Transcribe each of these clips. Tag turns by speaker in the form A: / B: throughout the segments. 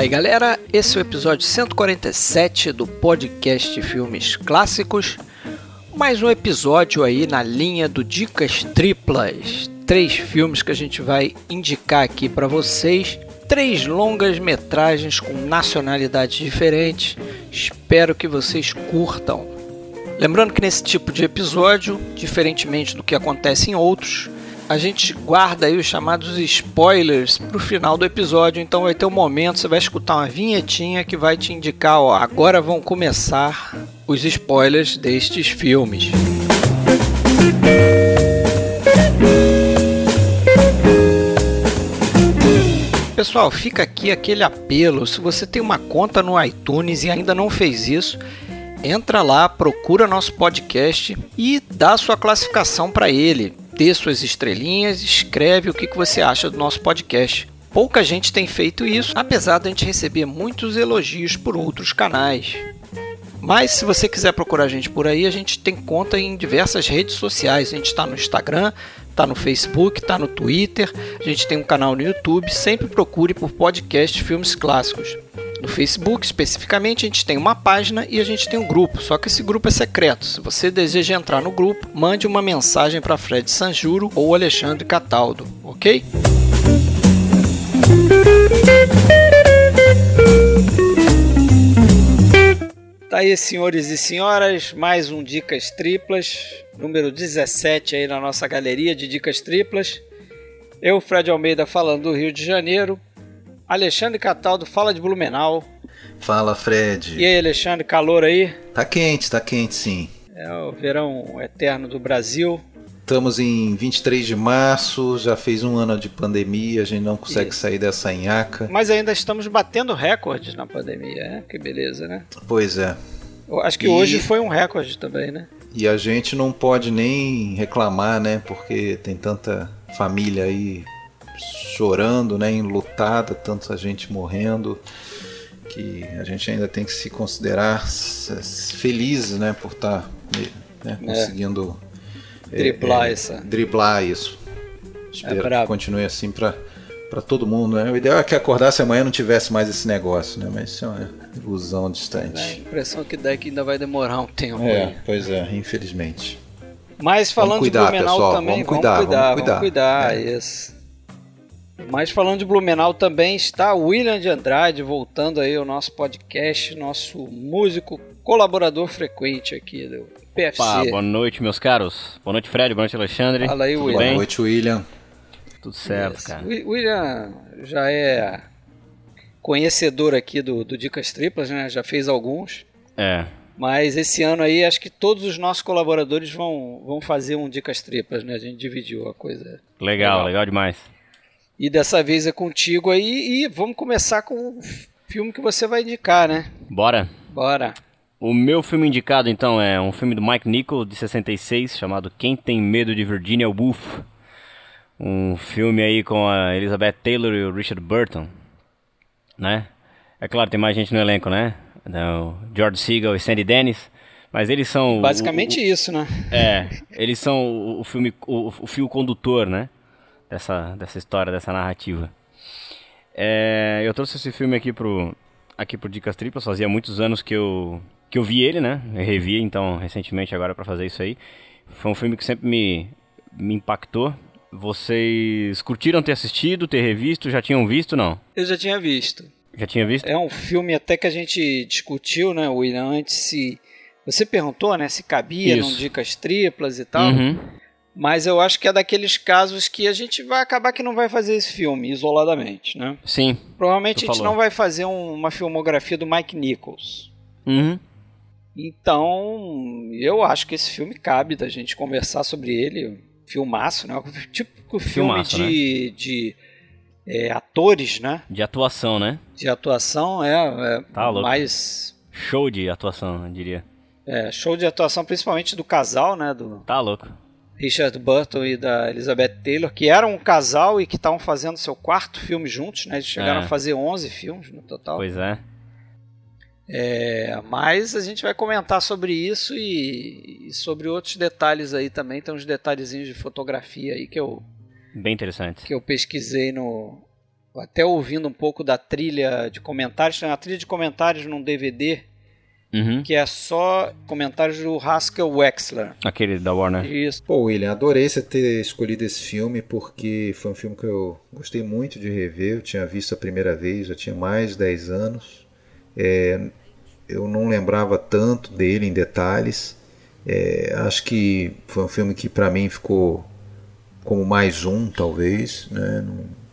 A: aí, galera, esse é o episódio 147 do podcast Filmes Clássicos. Mais um episódio aí na linha do Dicas Triplas. 3 filmes que a gente vai indicar aqui para vocês. 3 longas metragens com nacionalidades diferentes. Espero que vocês curtam. Lembrando que nesse tipo de episódio, diferentemente do que acontece em outros, a gente guarda aí os chamados spoilers para o final do episódio. Então vai ter um momento, você vai escutar uma vinhetinha que vai te indicar, ó, agora vão começar os spoilers destes filmes. Pessoal, fica aqui aquele apelo. Se você tem uma conta no iTunes e ainda não fez isso, entra lá, procura nosso podcast e dá sua classificação para ele. Dê suas estrelinhas, escreve o que você acha do nosso podcast. Pouca gente tem feito isso, apesar de a gente receber muitos elogios por outros canais. Mas se você quiser procurar a gente por aí, a gente tem conta em diversas redes sociais. A gente está no Instagram, está no Facebook, está no Twitter, a gente tem um canal no YouTube. Sempre procure por podcast Filmes Clássicos. No Facebook, especificamente, a gente tem uma página e a gente tem um grupo, só que esse grupo é secreto. Se você deseja entrar no grupo, mande uma mensagem para Fred Sanjuro ou Alexandre Cataldo, ok? Tá aí, senhores e senhoras, mais um Dicas Triplas, número 17 aí na nossa galeria de Dicas Triplas. Eu, Fred Almeida, falando do Rio de Janeiro. Alexandre Cataldo fala de Blumenau.
B: Fala, Fred.
A: E aí, Alexandre, calor aí?
B: Tá quente sim.
A: É o verão eterno do Brasil.
B: Estamos em 23 de março, já fez um ano de pandemia, a gente não consegue sair dessa nhaca.
A: Mas ainda estamos batendo recordes na pandemia, né? Que beleza, né?
B: Pois é.
A: Eu acho que hoje foi um recorde também, né?
B: E a gente não pode nem reclamar, né? Porque tem tanta família aí chorando, né, enlutada, tanta gente morrendo, que a gente ainda tem que se considerar feliz, né, por estar, né, conseguindo driblar isso. Espero que continue assim para todo mundo, né? O ideal é que acordasse amanhã não tivesse mais esse negócio, né? Mas isso é uma ilusão distante.
A: A impressão que dá é que ainda vai demorar um tempo.
B: Pois é, infelizmente.
A: Mas falando de Blumenau, pessoal, também, vamos cuidar. Isso. Mas falando de Blumenau também está o William de Andrade, voltando aí ao nosso podcast, nosso músico colaborador frequente aqui do PFC.
C: Boa noite, meus caros. Boa noite, Fred. Boa noite, Alexandre.
A: Fala aí, William.
B: Boa noite, William.
C: Tudo certo, cara.
A: O William já é conhecedor aqui do Dicas Triplas, né? Já fez alguns. Mas esse ano aí, acho que todos os nossos colaboradores vão fazer um Dicas Triplas, né? A gente dividiu a coisa.
C: Legal demais.
A: E dessa vez é contigo aí, e vamos começar com o filme que você vai indicar, né?
C: Bora.
A: O
C: meu filme indicado, então, é um filme do Mike Nichol, de 66, chamado Quem Tem Medo de Virginia Woolf. Um filme aí com a Elizabeth Taylor e o Richard Burton, né? É claro, tem mais gente no elenco, né? O George Segal e Sandy Dennis, mas eles são...
A: Basicamente isso, né?
C: Eles são o fio condutor, né? Dessa história, dessa narrativa. Eu trouxe esse filme aqui pro Dicas Triplas. Fazia muitos anos que eu vi ele, né? Eu revi, então, recentemente agora para fazer isso aí. Foi um filme que sempre me impactou. Vocês curtiram ter assistido, ter revisto? Já tinham visto, não?
A: Eu já tinha visto.
C: Já tinha visto?
A: É um filme até que a gente discutiu, né, William, antes se... Você perguntou, né, se cabia num Dicas Triplas e tal.
C: Uhum.
A: Mas eu acho que é daqueles casos que a gente vai acabar que não vai fazer esse filme isoladamente, né?
C: Sim.
A: Provavelmente a gente não vai fazer uma filmografia do Mike Nichols.
C: Uhum.
A: Então, eu acho que esse filme cabe da gente conversar sobre ele. Filmaço, né? Tipo filme de atores, né?
C: De atuação, né?
A: De atuação,
C: tá louco.
A: Mais...
C: Show de atuação, eu diria.
A: Show de atuação, principalmente do casal, né?
C: Tá louco.
A: Richard Burton e da Elizabeth Taylor, que eram um casal e que estavam fazendo seu 4º filme juntos, né? Eles chegaram a fazer 11 filmes no total.
C: Pois é.
A: Mas a gente vai comentar sobre isso e sobre outros detalhes aí também. Tem uns detalhezinhos de fotografia aí que eu...
C: Bem interessante.
A: Que eu pesquisei até ouvindo um pouco da trilha de comentários, tem uma trilha de comentários num DVD que é só comentários do Haskell Wexler.
C: Aquele da Warner.
A: Isso.
B: Pô, William, adorei você ter escolhido esse filme, porque foi um filme que eu gostei muito de rever. Eu tinha visto a primeira vez, já tinha mais de 10 anos. Eu não lembrava tanto dele em detalhes. Acho que foi um filme que para mim ficou como mais um, talvez, né?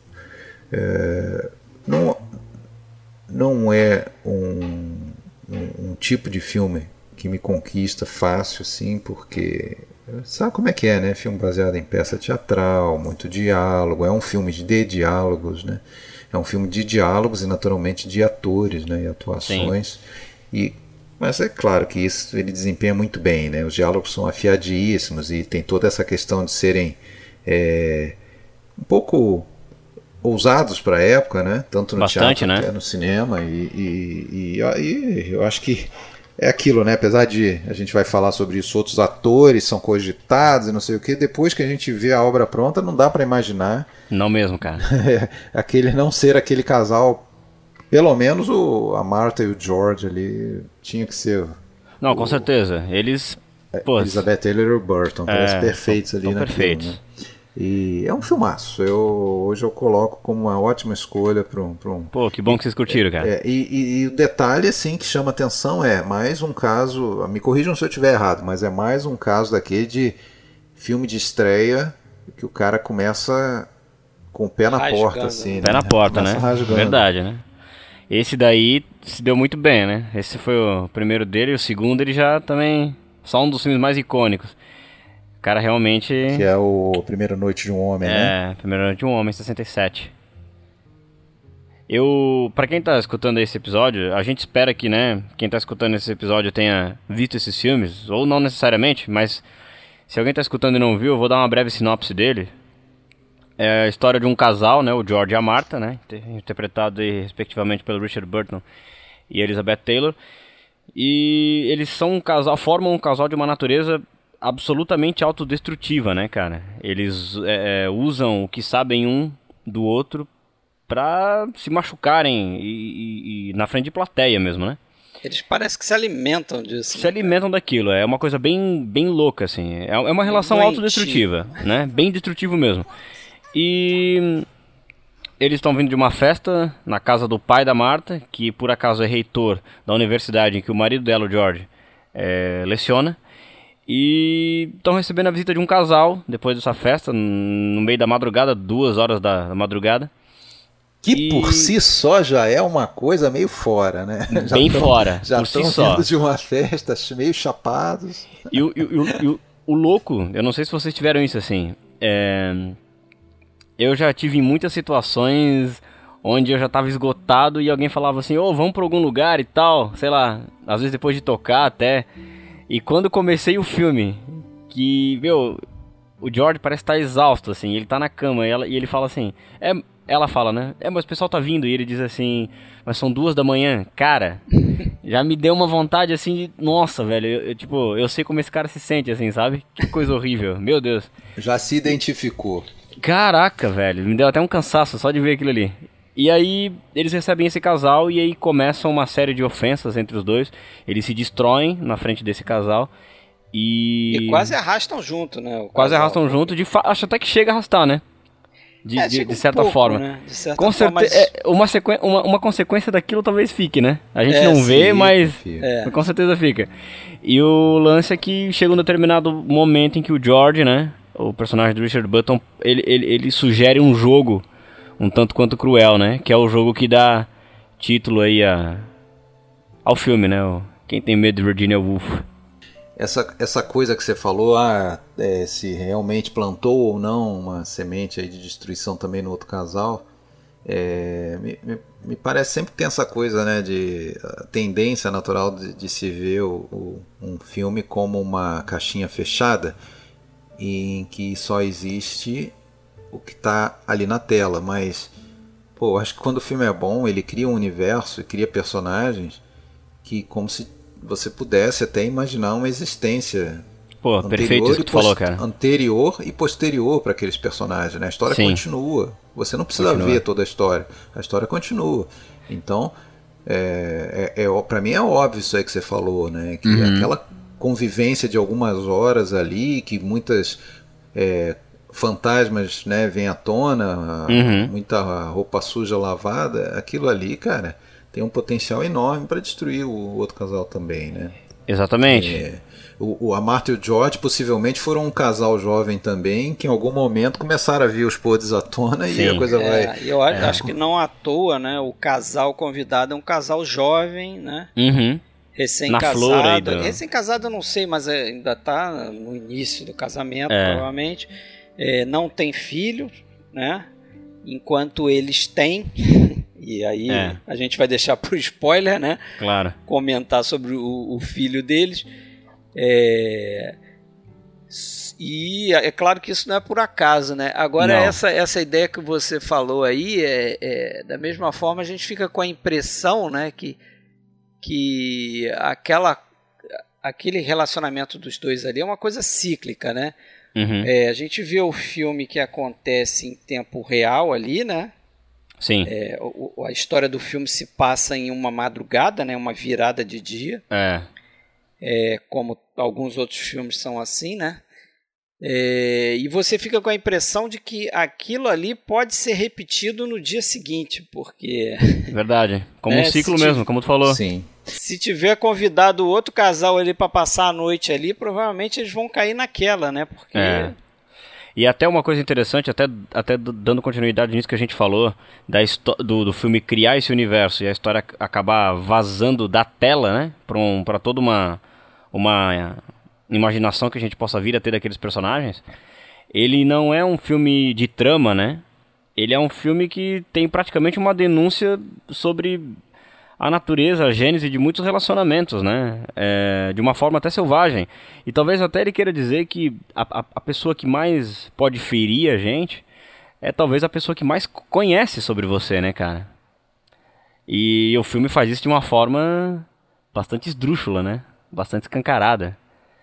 B: Não é um tipo de filme que me conquista fácil, assim, porque sabe como é que é, né? Filme baseado em peça teatral, muito diálogo, é um filme de diálogos, né? É um filme de diálogos e naturalmente de atores, né? E atuações. Mas é claro que isso ele desempenha muito bem, né? Os diálogos são afiadíssimos e tem toda essa questão de serem um pouco ousados para a época, né? Tanto no
C: Bastante,
B: teatro,
C: né?
B: até no cinema. E eu acho que é aquilo, né? Apesar de a gente vai falar sobre isso, outros atores são cogitados e não sei o que, depois que a gente vê a obra pronta, não dá para imaginar.
C: Não mesmo, cara.
B: Não ser aquele casal. Pelo menos a Martha e o George ali tinha que ser.
C: Não, com certeza. Eles. Pô,
B: Elizabeth Taylor e o Burton, parecem perfeitos ali naquilo,
C: perfeitos.
B: né? E é um filmaço. Hoje eu coloco como uma ótima escolha para um.
C: Pô, que bom que vocês curtiram, cara.
B: E o detalhe assim que chama atenção é mais um caso. Me corrijam se eu estiver errado, mas é mais um caso daquele de filme de estreia que o cara começa com o pé na porta, assim.
C: Pé na porta, né?
B: Rasgando.
C: Verdade, né? Esse daí se deu muito bem, né? Esse foi o primeiro dele, e o segundo ele já também. Só um dos filmes mais icônicos. O cara realmente.
B: Que é o Primeira Noite de um Homem, né?
C: Primeira Noite de um Homem, 67. Pra quem tá escutando esse episódio, a gente espera que, né, quem tá escutando esse episódio tenha visto esses filmes, ou não necessariamente, mas se alguém tá escutando e não viu, eu vou dar uma breve sinopse dele. É a história de um casal, né, o George e a Martha, né, interpretado aí, respectivamente pelo Richard Burton e Elizabeth Taylor. E eles são formam um casal de uma natureza absolutamente autodestrutiva, né, cara? Eles usam o que sabem um do outro pra se machucarem e na frente de plateia mesmo, né?
A: Eles parecem que se alimentam disso.
C: Se alimentam daquilo, é uma coisa bem, bem louca, assim. É uma relação autodestrutiva, né? Bem destrutivo mesmo. E eles estão vindo de uma festa na casa do pai da Martha, que por acaso é reitor da universidade em que o marido dela, o George, leciona. E estão recebendo a visita de um casal depois dessa festa, no meio da madrugada, 2 horas da madrugada.
B: Que por si só já é uma coisa meio fora, né?
C: Bem fora,
B: já
C: por si
B: estão
C: só.
B: vindo de uma festa meio chapados.
C: E o louco, eu não sei se vocês tiveram isso assim, eu já tive em muitas situações onde eu já estava esgotado e alguém falava assim, vamos pra algum lugar e tal, sei lá, às vezes depois de tocar até. E quando comecei o filme, que, o George parece estar exausto, assim, ele tá na cama e ele fala assim, ela fala, né, mas o pessoal tá vindo, e ele diz assim, mas são 2 da manhã, cara, já me deu uma vontade, assim, de, nossa, velho, eu sei como esse cara se sente, assim, sabe, que coisa horrível, meu Deus.
B: Já se identificou.
C: Caraca, velho, me deu até um cansaço só de ver aquilo ali. E aí eles recebem esse casal e aí começam uma série de ofensas entre os dois. Eles se destroem na frente desse casal e
A: quase arrastam junto, né?
C: Quase arrastam junto, acho até que chega a arrastar, né? De certa forma.
A: Né? De certa
C: Com
A: forma,
C: certeza, uma consequência daquilo talvez fique, né? A gente não vê, mas com certeza fica. E o lance é que chega um determinado momento em que o George, né, o personagem do Richard Burton, ele sugere um jogo um tanto quanto cruel, né? Que é o jogo que dá título aí ao filme, né? Quem tem medo de Virginia Woolf.
B: Essa coisa que você falou, se realmente plantou ou não uma semente aí de destruição também no outro casal, me parece sempre que tem essa coisa, né, de tendência natural de se ver um filme como uma caixinha fechada em que só existe o que está ali na tela, mas acho que quando o filme é bom, ele cria um universo e cria personagens que como se você pudesse até imaginar uma existência
C: Pô, perfeito isso que tu falou, cara.
B: Anterior e posterior para aqueles personagens, né? A história continua. Você não precisa ver toda a história continua. Então, para mim é óbvio isso aí que você falou, né? Que aquela convivência de algumas horas ali, que muitas fantasmas, né, vêm à tona, muita roupa suja lavada, aquilo ali, cara, tem um potencial enorme para destruir o outro casal também, né?
C: Exatamente.
B: A Martha e o George possivelmente foram um casal jovem também, que em algum momento começaram a vir os podres à tona e a coisa vai...
A: Eu acho que não à toa, né? O casal convidado é um casal jovem, né? Recém-casado. Recém-casado eu não sei, mas ainda está no início do casamento, provavelmente. Não tem filho, né? Enquanto eles têm... E aí a gente vai deixar pro spoiler, né?
C: Claro.
A: Comentar sobre o filho deles. E é claro que isso não é por acaso, né? Agora, essa ideia que você falou aí, da mesma forma a gente fica com a impressão, né, que aquele relacionamento dos dois ali é uma coisa cíclica, né? A gente vê o filme que acontece em tempo real ali, né?
C: Sim.
A: A história do filme se passa em uma madrugada, né? Uma virada de dia. Como alguns outros filmes são assim, né? E você fica com a impressão de que aquilo ali pode ser repetido no dia seguinte, porque...
C: Verdade, como um ciclo mesmo, como tu falou.
B: Sim.
A: Se tiver convidado outro casal ali para passar a noite ali, provavelmente eles vão cair naquela, né? Porque...
C: E até uma coisa interessante, até dando continuidade nisso que a gente falou, do filme criar esse universo e a história acabar vazando da tela, né? Para toda uma imaginação que a gente possa vir a ter daqueles personagens. Ele não é um filme de trama, né? Ele é um filme que tem praticamente uma denúncia sobre a natureza, a gênese de muitos relacionamentos, né? De uma forma até selvagem. E talvez até ele queira dizer que a pessoa que mais pode ferir a gente é talvez a pessoa que mais conhece sobre você, né, cara? E o filme faz isso de uma forma bastante esdrúxula, né? Bastante escancarada.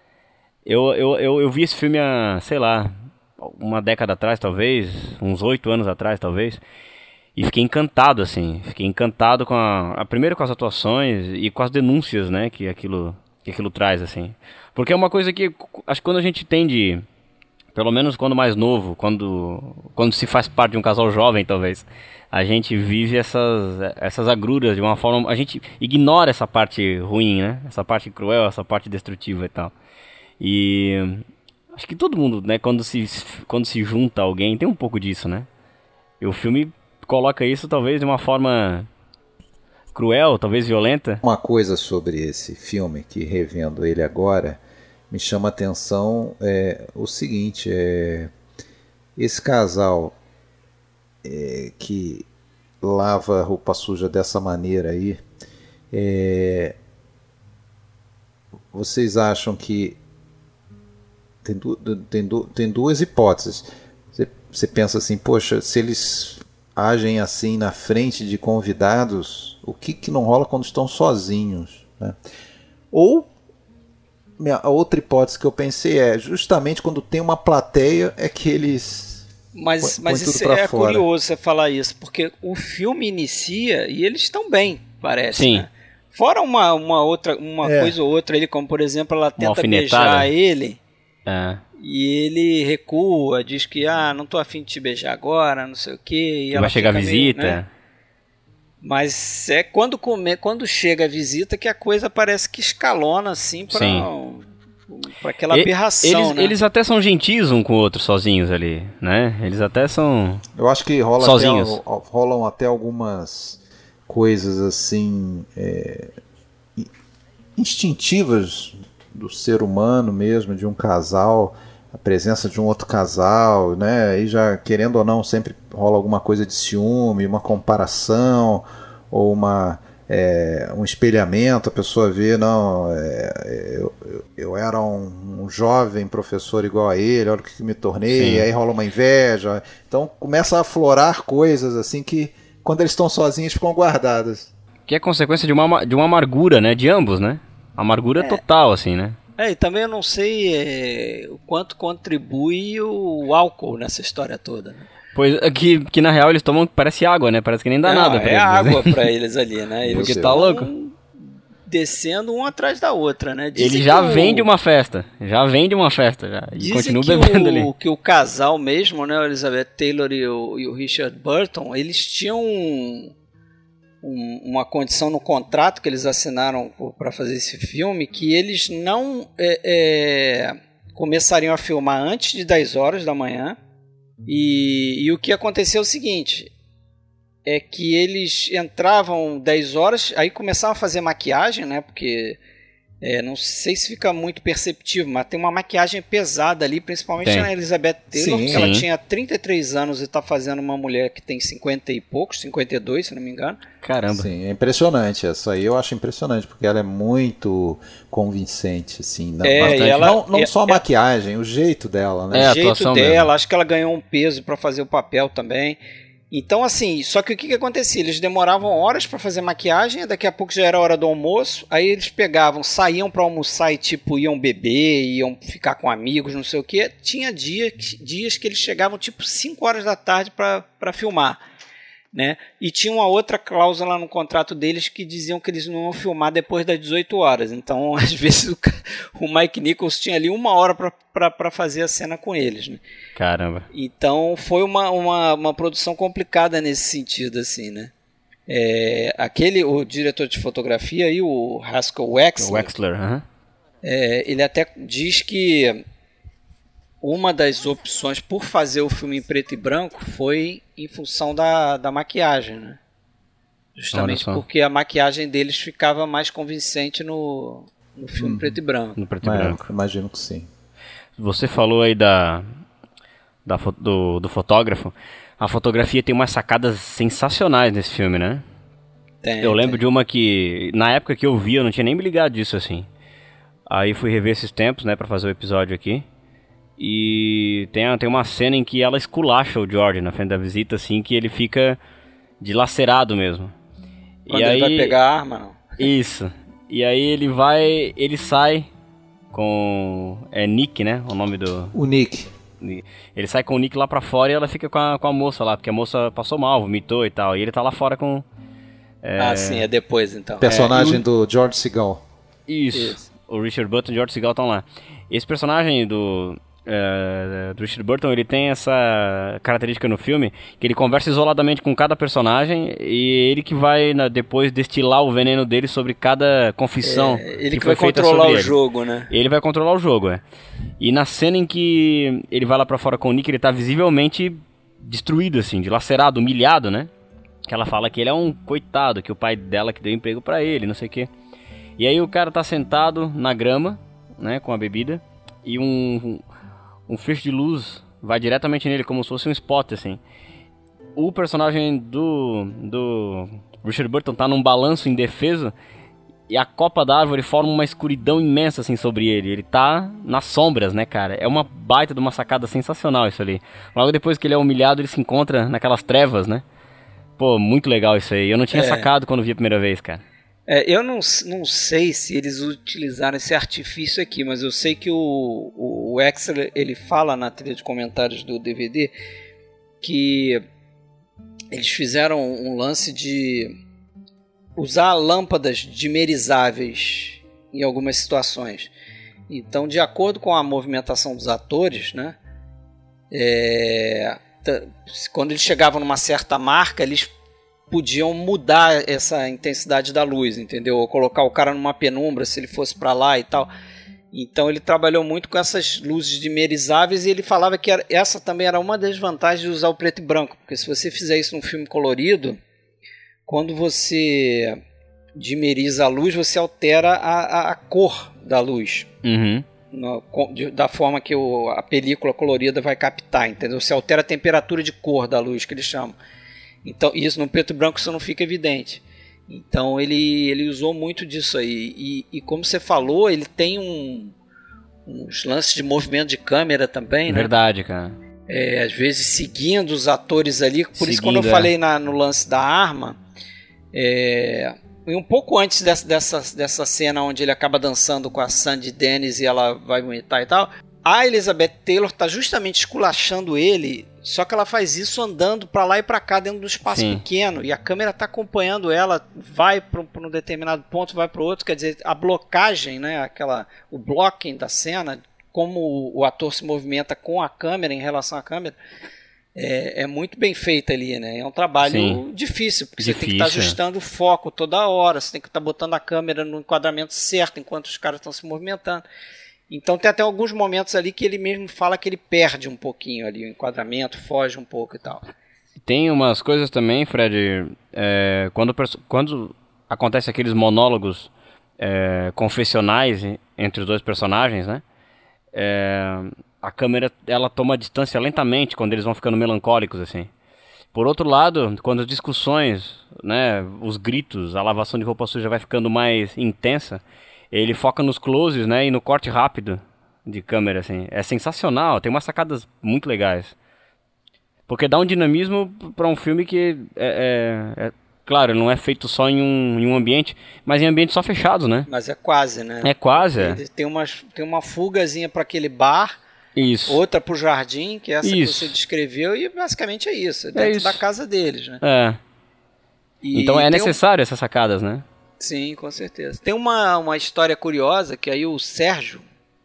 C: Eu vi esse filme há, sei lá, uma década atrás, talvez, uns 8 anos atrás, talvez. E fiquei encantado, assim. Fiquei encantado primeiro com as atuações e com as denúncias, né, que aquilo traz, assim. Porque é uma coisa que, acho que quando a gente tende, pelo menos quando mais novo, quando se faz parte de um casal jovem, talvez, a gente vive essas agruras de uma forma... A gente ignora essa parte ruim, né? Essa parte cruel, essa parte destrutiva e tal. E acho que todo mundo, né, quando se junta a alguém, tem um pouco disso, né? E o filme coloca isso talvez de uma forma cruel, talvez violenta.
B: Uma coisa sobre esse filme, que revendo ele agora, me chama a atenção o seguinte, esse casal que lava roupa suja dessa maneira aí, vocês acham que tem duas hipóteses. Você pensa assim, poxa, se eles agem assim na frente de convidados, o que não rola quando estão sozinhos, né? Ou a outra hipótese que eu pensei justamente quando tem uma plateia é que eles
A: mas isso
B: fora.
A: Curioso você falar isso, porque o filme inicia e eles estão bem, parece.
C: Sim.
A: Né? Fora uma coisa ou outra ali, como por exemplo ela tenta beijar ele e ele recua, diz que não tô afim de te beijar agora, não sei o que
C: vai chegar a visita,
A: meio, né? Mas quando chega a visita que a coisa parece que escalona assim para aquela aberração, né?
C: Eles até são gentis um com o outro sozinhos ali, né? Eles até são...
B: Eu acho que rolam até algumas coisas assim instintivas do ser humano mesmo, de um casal, a presença de um outro casal, né? Aí já, querendo ou não, sempre rola alguma coisa de ciúme, uma comparação ou um espelhamento. A pessoa vê, eu era um jovem professor igual a ele, olha o que me tornei. Sim. Aí rola uma inveja. Então começa a aflorar coisas assim que quando eles estão sozinhos ficam guardadas.
C: Que é consequência de uma amargura, né? De ambos, né? Amargura total, assim, né?
A: E também eu não sei o quanto contribui o álcool nessa história toda, né?
C: Pois, que na real eles tomam, parece água, né? Parece que nem dá nada pra
A: eles. É
C: né?
A: água pra eles ali, né? Eles
C: Porque tá louco?
A: Descendo um atrás da outra, né?
C: Ele já vem de uma festa, e continua bebendo ali.
A: Que o casal mesmo, né, o Elizabeth Taylor e o Richard Burton, eles tinham uma condição no contrato que eles assinaram para fazer esse filme, que eles não começariam a filmar antes de 10 horas da manhã, e o que aconteceu é o seguinte... é que eles entravam 10 horas, aí começavam a fazer maquiagem, né? Porque não sei se fica muito perceptível, mas tem uma maquiagem pesada ali, principalmente na Elizabeth Taylor, porque ela tinha 33 anos e está fazendo uma mulher que tem 50 e poucos, 52, se não me engano.
C: Caramba.
B: Sim, é impressionante. Essa aí eu acho impressionante, porque ela é muito convincente, assim. Não só a maquiagem, o jeito dela, né?
A: O jeito dela, acho que ela ganhou um peso para fazer o papel também. Então, assim, só que o que acontecia? Eles demoravam horas para fazer maquiagem, daqui a pouco já era hora do almoço, aí eles saíam para almoçar e tipo, iam beber, iam ficar com amigos, não sei o que. Tinha dias que eles chegavam tipo 5 horas da tarde para filmar, né? E tinha uma outra cláusula no contrato deles que diziam que eles não iam filmar depois das 18 horas. Então, às vezes, o Mike Nichols tinha ali 1 hora para fazer a cena com eles, né?
C: Caramba.
A: Então foi uma produção complicada nesse sentido, assim, né? O diretor de fotografia aí, o Haskell Wexler, ele até diz que uma das opções por fazer o filme em preto e branco foi em função da maquiagem, né? Justamente porque a maquiagem deles ficava mais convincente no filme preto e branco.
C: No preto e branco.
B: Imagino que sim.
C: Você falou aí do fotógrafo. A fotografia tem umas sacadas sensacionais nesse filme, né? Eu lembro de uma que, na época que eu vi, eu não tinha nem me ligado disso, assim. Aí fui rever esses tempos, né, pra fazer o episódio aqui. E tem uma cena em que ela esculacha o George na frente da visita, assim, que ele fica dilacerado mesmo.
A: Quando ele vai pegar a arma, não?
C: Isso. E aí ele sai com... Nick, né? O nome do...
B: O Nick.
C: Ele sai com o Nick lá pra fora e ela fica com a moça lá, porque a moça passou mal, vomitou e tal. E ele tá lá fora com...
A: sim, é depois então.
B: Personagem do George Segal.
C: Isso. O Richard Burton e o George Segal estão lá. Esse personagem do Richard Burton, ele tem essa característica no filme, que ele conversa isoladamente com cada personagem e ele que vai depois destilar o veneno dele sobre cada confissão
A: ele
C: que foi
A: vai
C: feita
A: controlar
C: sobre
A: o
C: ele.
A: jogo, né?
C: Ele vai controlar o jogo, E na cena em que ele vai lá pra fora com o Nick, ele tá visivelmente destruído, assim, dilacerado, humilhado, né? Que ela fala que ele é um coitado, que o pai dela que deu emprego pra ele, não sei o quê. E aí o cara tá sentado na grama, né, com a bebida, e um feixe de luz vai diretamente nele, como se fosse um spot, assim. O personagem do Richard Burton tá num balanço indefeso, e a copa da árvore forma uma escuridão imensa, assim, sobre ele. Ele tá nas sombras, né, cara? É uma baita de uma sacada sensacional isso ali. Logo depois que ele é humilhado, ele se encontra naquelas trevas, né? Pô, muito legal isso aí. Eu não tinha sacado quando vi a primeira vez, cara.
A: Eu não sei se eles utilizaram esse artifício aqui, mas eu sei que o Wexler, ele fala na trilha de comentários do DVD que eles fizeram um lance de usar lâmpadas dimerizáveis em algumas situações. Então, de acordo com a movimentação dos atores, né, quando eles chegavam numa certa marca, eles podiam mudar essa intensidade da luz, entendeu? Ou colocar o cara numa penumbra se ele fosse para lá e tal. Então ele trabalhou muito com essas luzes dimerizáveis e ele falava que essa também era uma das vantagens de usar o preto e branco, porque se você fizer isso num filme colorido, quando você dimeriza a luz, você altera a cor da luz.
C: Uhum.
A: Da forma que a película colorida vai captar, entendeu? Você altera a temperatura de cor da luz, que eles chamam. Então, isso no preto e branco isso não fica evidente. Então ele usou muito disso aí. E como você falou, ele tem uns lances de movimento de câmera também, né?
C: Verdade, cara.
A: Às vezes seguindo os atores ali. Por isso quando eu falei no lance da arma, E um pouco antes dessa cena onde ele acaba dançando com a Sandy Dennis e ela vai vomitar e tal, a Elizabeth Taylor tá justamente esculachando ele, só que ela faz isso andando pra lá e pra cá dentro do espaço pequeno, e a câmera tá acompanhando ela, vai pra um determinado ponto, vai pro outro, quer dizer, a blocagem, né, o blocking da cena, como o ator se movimenta com a câmera em relação à câmera, é muito bem feita ali, né? É um trabalho difícil, porque você tem que estar ajustando o foco toda hora, você tem que estar botando a câmera no enquadramento certo enquanto os caras estão se movimentando. Então tem até alguns momentos ali que ele mesmo fala que ele perde um pouquinho ali o enquadramento, foge um pouco e tal.
C: Tem umas coisas também, Fred, quando acontece aqueles monólogos confessionais entre os dois personagens, né? A câmera ela toma distância lentamente quando eles vão ficando melancólicos assim. Por outro lado, quando as discussões, né, os gritos, a lavação de roupa suja vai ficando mais intensa, ele foca nos closes, né, e no corte rápido de câmera assim. É sensacional, tem umas sacadas muito legais. Porque dá um dinamismo para um filme que claro, não é feito só em um ambiente, mas em ambientes só fechados, né?
A: Mas é quase, né?
C: É quase.
A: Tem uma fugazinha para aquele bar.
C: Isso.
A: Outra pro jardim, que é essa que você descreveu, e basicamente é isso, dentro da casa deles, né? Então é necessário essas sacadas, né? Sim, com certeza. Tem uma história curiosa, que aí o Sérgio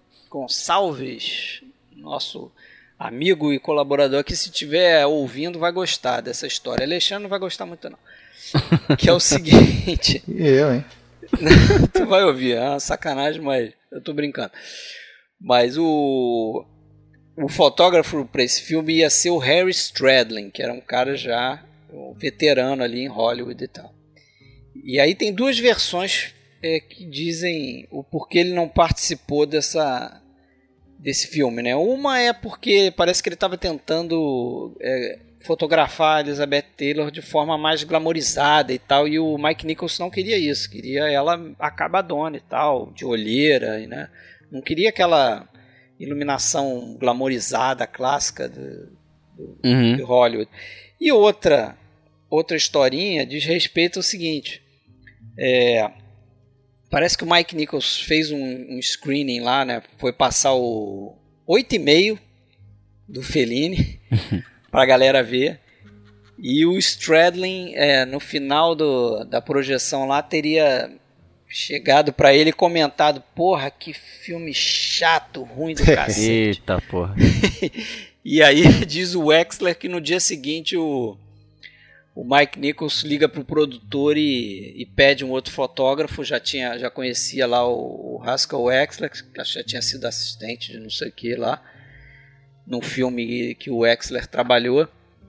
A: Gonçalves, nosso amigo e colaborador, que se estiver ouvindo vai gostar dessa história. Alexandre não vai gostar muito não. Que é o seguinte...
B: E eu, hein?
A: Tu vai ouvir, é uma sacanagem, mas eu tô brincando. Mas o fotógrafo para esse filme ia ser o Harry Stradlin, que era um cara já um veterano ali em Hollywood e tal. E aí tem duas versões que dizem o porquê ele não participou desse filme, né? Uma é porque parece que ele estava tentando fotografar a Elizabeth Taylor de forma mais glamorizada e tal, e o Mike Nichols não queria isso, queria ela acabadona e tal, de olheira, né? Não queria aquela iluminação glamorizada, clássica de Hollywood. E outra historinha diz respeito ao seguinte, parece que o Mike Nichols fez um screening lá, né? Foi passar o 8,5 do Fellini pra galera ver, e o Stradlin no final da projeção lá teria chegado pra ele e comentado: porra, que filme chato, ruim do cacete.
C: Eita porra.
A: E aí diz o Wexler que no dia seguinte o Mike Nichols liga pro produtor e pede um outro fotógrafo. Já conhecia lá o Haskell Wexler, que já tinha sido assistente de não sei o que lá, num filme que o Wexler trabalhou.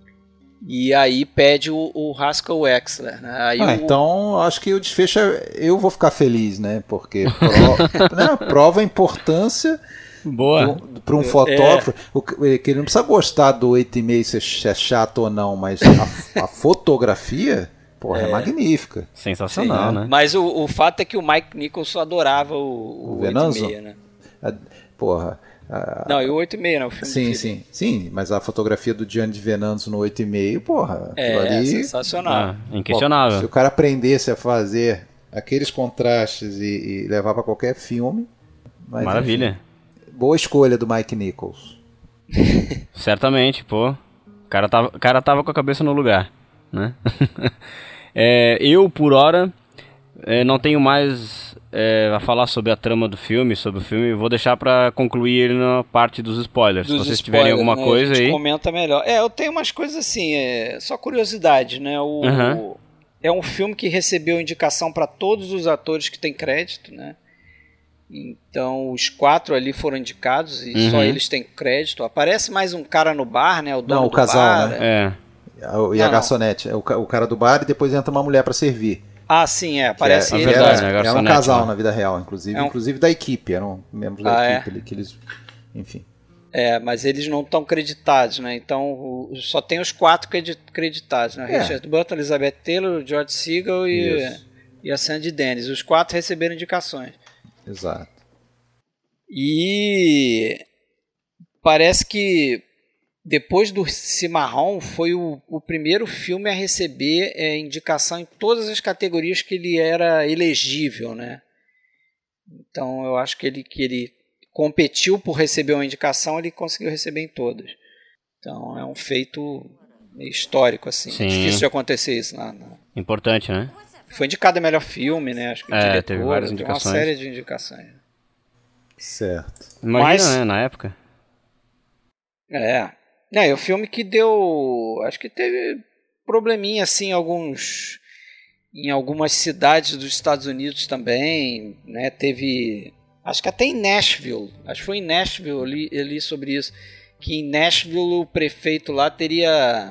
A: E aí pede o Haskell Wexler, né? Aí
B: então acho que o desfecho eu vou ficar feliz, né? Porque prova a importância para um fotógrafo, que ele não precisa gostar do 8,5 se é chato ou não, mas a fotografia, porra, é magnífica.
C: Sensacional, né?
A: Mas o fato é que o Mike Nichols adorava o 8,5, né?
B: Porra.
A: Não, e o 8,5, né? O filme
B: sim, mas a fotografia do Gianni de Venanzo no 8,5, porra, aquilo ali...
A: sensacional.
C: Inquestionável.
B: Se o cara aprendesse a fazer aqueles contrastes e levar para qualquer filme... Mas,
C: maravilha.
B: Enfim, boa escolha do Mike Nichols.
C: Certamente, pô. O cara tava com a cabeça no lugar, né? Eu, por hora, não tenho mais... a falar sobre a trama do filme, vou deixar pra concluir ele na parte dos spoilers. Se vocês tiverem alguma coisa
A: a gente
C: aí...
A: comenta melhor. Eu tenho umas coisas assim, só curiosidade, né? É um filme que recebeu indicação para todos os atores que tem crédito, né? Então os 4 ali foram indicados e só eles têm crédito. Aparece mais um cara no bar, né? O dono do
B: casal,
A: bar,
B: né? E a garçonete. O cara do bar e depois entra uma mulher para servir.
A: Ah, sim, aparece ele.
B: É um casal na vida real, inclusive da equipe, eram membros da equipe que eles, enfim.
A: Mas eles não estão creditados, né? Então só tem os 4 creditados, né? Richard Burton, Elizabeth Taylor, George Segal e a Sandy Dennis. Os 4 receberam indicações.
B: Exato.
A: E parece que depois do Cimarrão, foi o primeiro filme a receber indicação em todas as categorias que ele era elegível, né? Então eu acho que ele competiu por receber uma indicação, ele conseguiu receber em todas. Então é um feito histórico, assim.
C: Sim.
A: É difícil de acontecer isso.
C: Importante, né?
A: Foi indicado a melhor filme, né? Acho que o diretor,
C: teve várias indicações.
A: Uma série de indicações.
B: Certo.
C: Imagina, né? Na época.
A: É o filme que deu... Acho que teve probleminha, assim, em algumas cidades dos Estados Unidos também, né? Teve... Acho que até em Nashville. Acho que foi em Nashville, eu li sobre isso. Que em Nashville o prefeito lá teria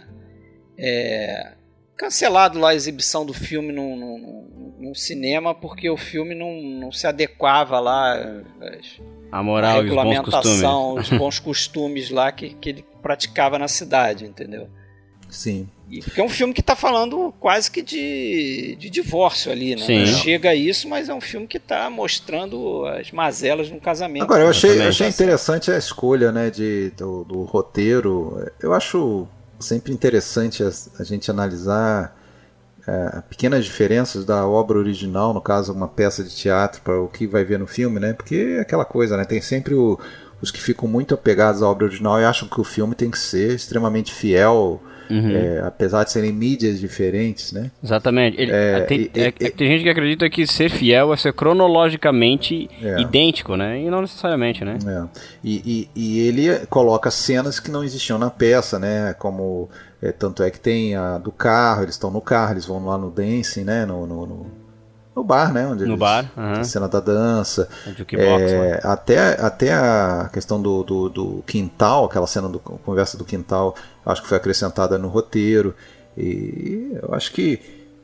A: cancelado lá a exibição do filme num cinema porque o filme não se adequava lá
C: a moral,
A: a regulamentação,
C: os
A: bons costumes lá que ele praticava na cidade, entendeu?
B: Sim.
A: Porque é um filme que está falando quase que de divórcio ali, né?
C: Sim.
A: Não chega a isso, mas é um filme que está mostrando as mazelas no casamento.
B: Agora, eu achei interessante a escolha, né, do roteiro. Eu acho sempre interessante a gente analisar pequenas diferenças da obra original, no caso uma peça de teatro, para o que vai ver no filme, né? Porque é aquela coisa, né? Tem sempre os que ficam muito apegados à obra original e acham que o filme tem que ser extremamente fiel, apesar de serem mídias diferentes, né?
C: Exatamente. Tem gente que acredita que ser fiel é ser cronologicamente idêntico, né? E não necessariamente, né?
B: E ele coloca cenas que não existiam na peça, né? Como tanto é que tem a do carro, eles estão no carro, eles vão lá no dancing, né? No bar, né? Onde a cena da dança. Até a questão do quintal, aquela cena do conversa do quintal, acho que foi acrescentada no roteiro. E eu acho que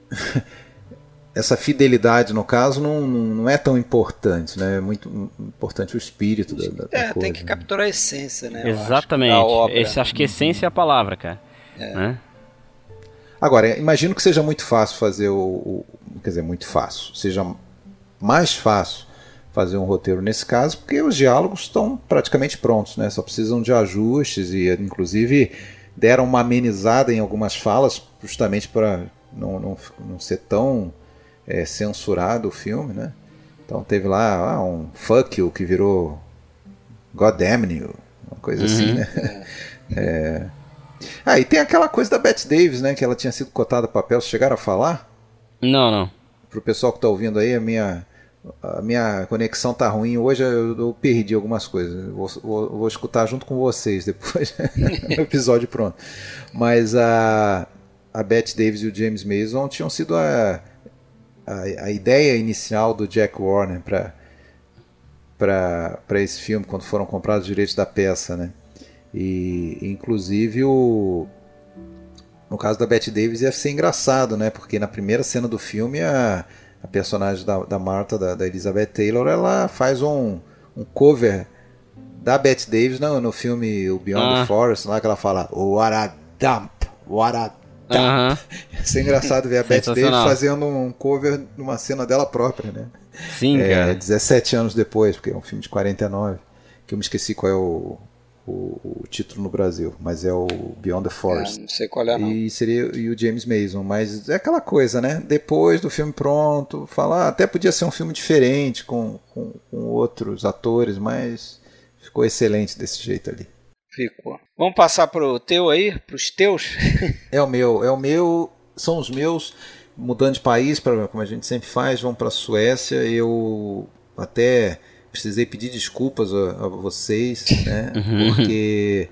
B: essa fidelidade, no caso, não é tão importante, né? É muito importante o espírito da coisa.
A: Tem que capturar a essência, né?
C: Exatamente. Acho que essência é a palavra, cara. Né?
B: Agora, imagino que seja muito fácil fazer quer dizer, muito fácil. Seja mais fácil fazer um roteiro nesse caso, porque os diálogos estão praticamente prontos, né? Só precisam de ajustes e, inclusive, deram uma amenizada em algumas falas, justamente para não ser tão censurado o filme, né? Então teve lá um fuck you que virou God damn you, uma coisa assim, né? E tem aquela coisa da Bette Davis, né? Que ela tinha sido cotada a papel. Vocês chegaram a falar?
C: Não.
B: Pro pessoal que está ouvindo aí, a minha conexão tá ruim. Hoje eu perdi algumas coisas. Vou escutar junto com vocês depois no episódio pronto. Mas a Bette Davis e o James Mason tinham sido a ideia inicial do Jack Warner para esse filme, quando foram comprados os direitos da peça, né? E inclusive no caso da Bette Davis ia ser engraçado, né? Porque na primeira cena do filme a personagem da Martha, da Elizabeth Taylor, ela faz um cover da Bette Davis no filme o Beyond the Forest, lá que ela fala what a dump, what a dump. Ia ser engraçado ver a Bette Davis fazendo um cover numa cena dela própria, né?
C: Sim, cara.
B: 17 anos depois, porque é um filme de 49, que eu me esqueci qual é o título no Brasil, mas é o Beyond the Forest.
A: Não sei qual é, não.
B: E o James Mason, mas é aquela coisa, né? Depois do filme pronto, falar até podia ser um filme diferente, com outros atores, mas ficou excelente desse jeito ali.
A: Ficou. Vamos passar pro teu aí, pros teus?
B: É o meu, são os meus, mudando de país, como a gente sempre faz, vamos para a Suécia. Eu até precisei pedir desculpas a vocês, né? Porque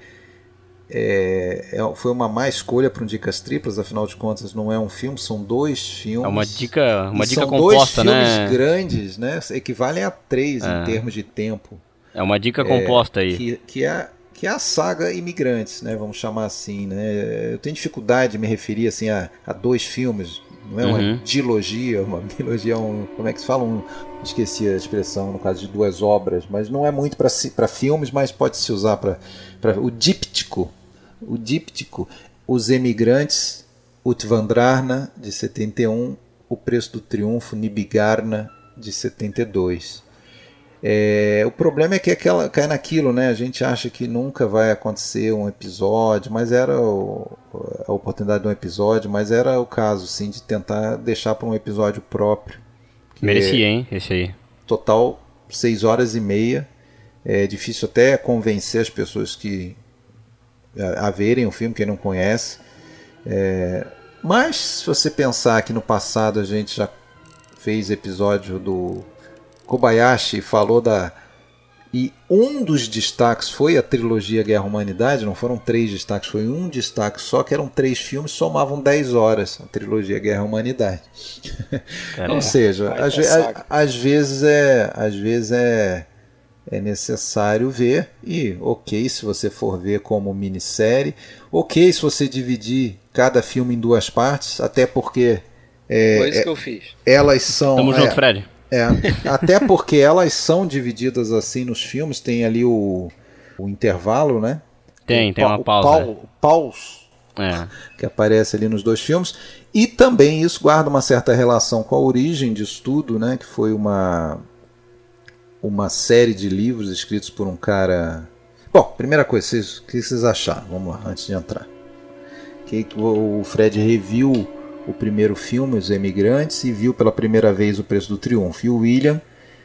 B: foi uma má escolha para um Dicas Triplas, afinal de contas não é um filme, são 2 filmes.
C: É uma dica
B: são
C: composta,
B: 2
C: né?
B: filmes grandes, né? Equivalem a 3 em termos de tempo.
C: É uma dica composta aí.
B: Que é a saga Imigrantes, né? Vamos chamar assim, né? Eu tenho dificuldade de me referir assim a 2 filmes. Não é uma dilogia, uma bilogia, como é que se fala? Esqueci a expressão no caso de 2 obras, mas não é muito para filmes, mas pode se usar para o díptico. O díptico, Os Emigrantes, Utvandrarna, de 71, O Preço do Triunfo, Nibgarna, de 72. O problema é que cai naquilo, né? A gente acha que nunca vai acontecer um episódio, mas era a oportunidade de um episódio, mas era o caso, sim, de tentar deixar para um episódio próprio.
C: Merecia, hein, esse aí.
B: Total 6 horas e meia. É difícil até convencer as pessoas a verem o filme, quem não conhece. Mas se você pensar que no passado a gente já fez episódio do Kobayashi, falou e um dos destaques foi a trilogia Guerra e Humanidade, não foram 3 destaques, foi um destaque só, que eram 3 filmes, somavam 10 horas, a trilogia Guerra e Humanidade. Ou seja, às vezes é necessário ver, e ok se você for ver como minissérie, ok se você dividir cada filme em 2 partes, até porque
A: foi isso que eu fiz.
B: Elas são...
C: Tamo junto, Fred.
B: Até porque elas são divididas assim nos filmes, tem ali o intervalo, né?
C: Tem uma pausa.
B: Pause, que aparece ali nos 2 filmes. E também isso guarda uma certa relação com a origem disso tudo, né? Que foi uma série de livros escritos por um cara... Bom, primeira coisa, o que vocês acharam? Vamos lá, antes de entrar. O Fred reviu o primeiro filme, Os Emigrantes, e viu pela primeira vez O Preço do Triunfo. E o William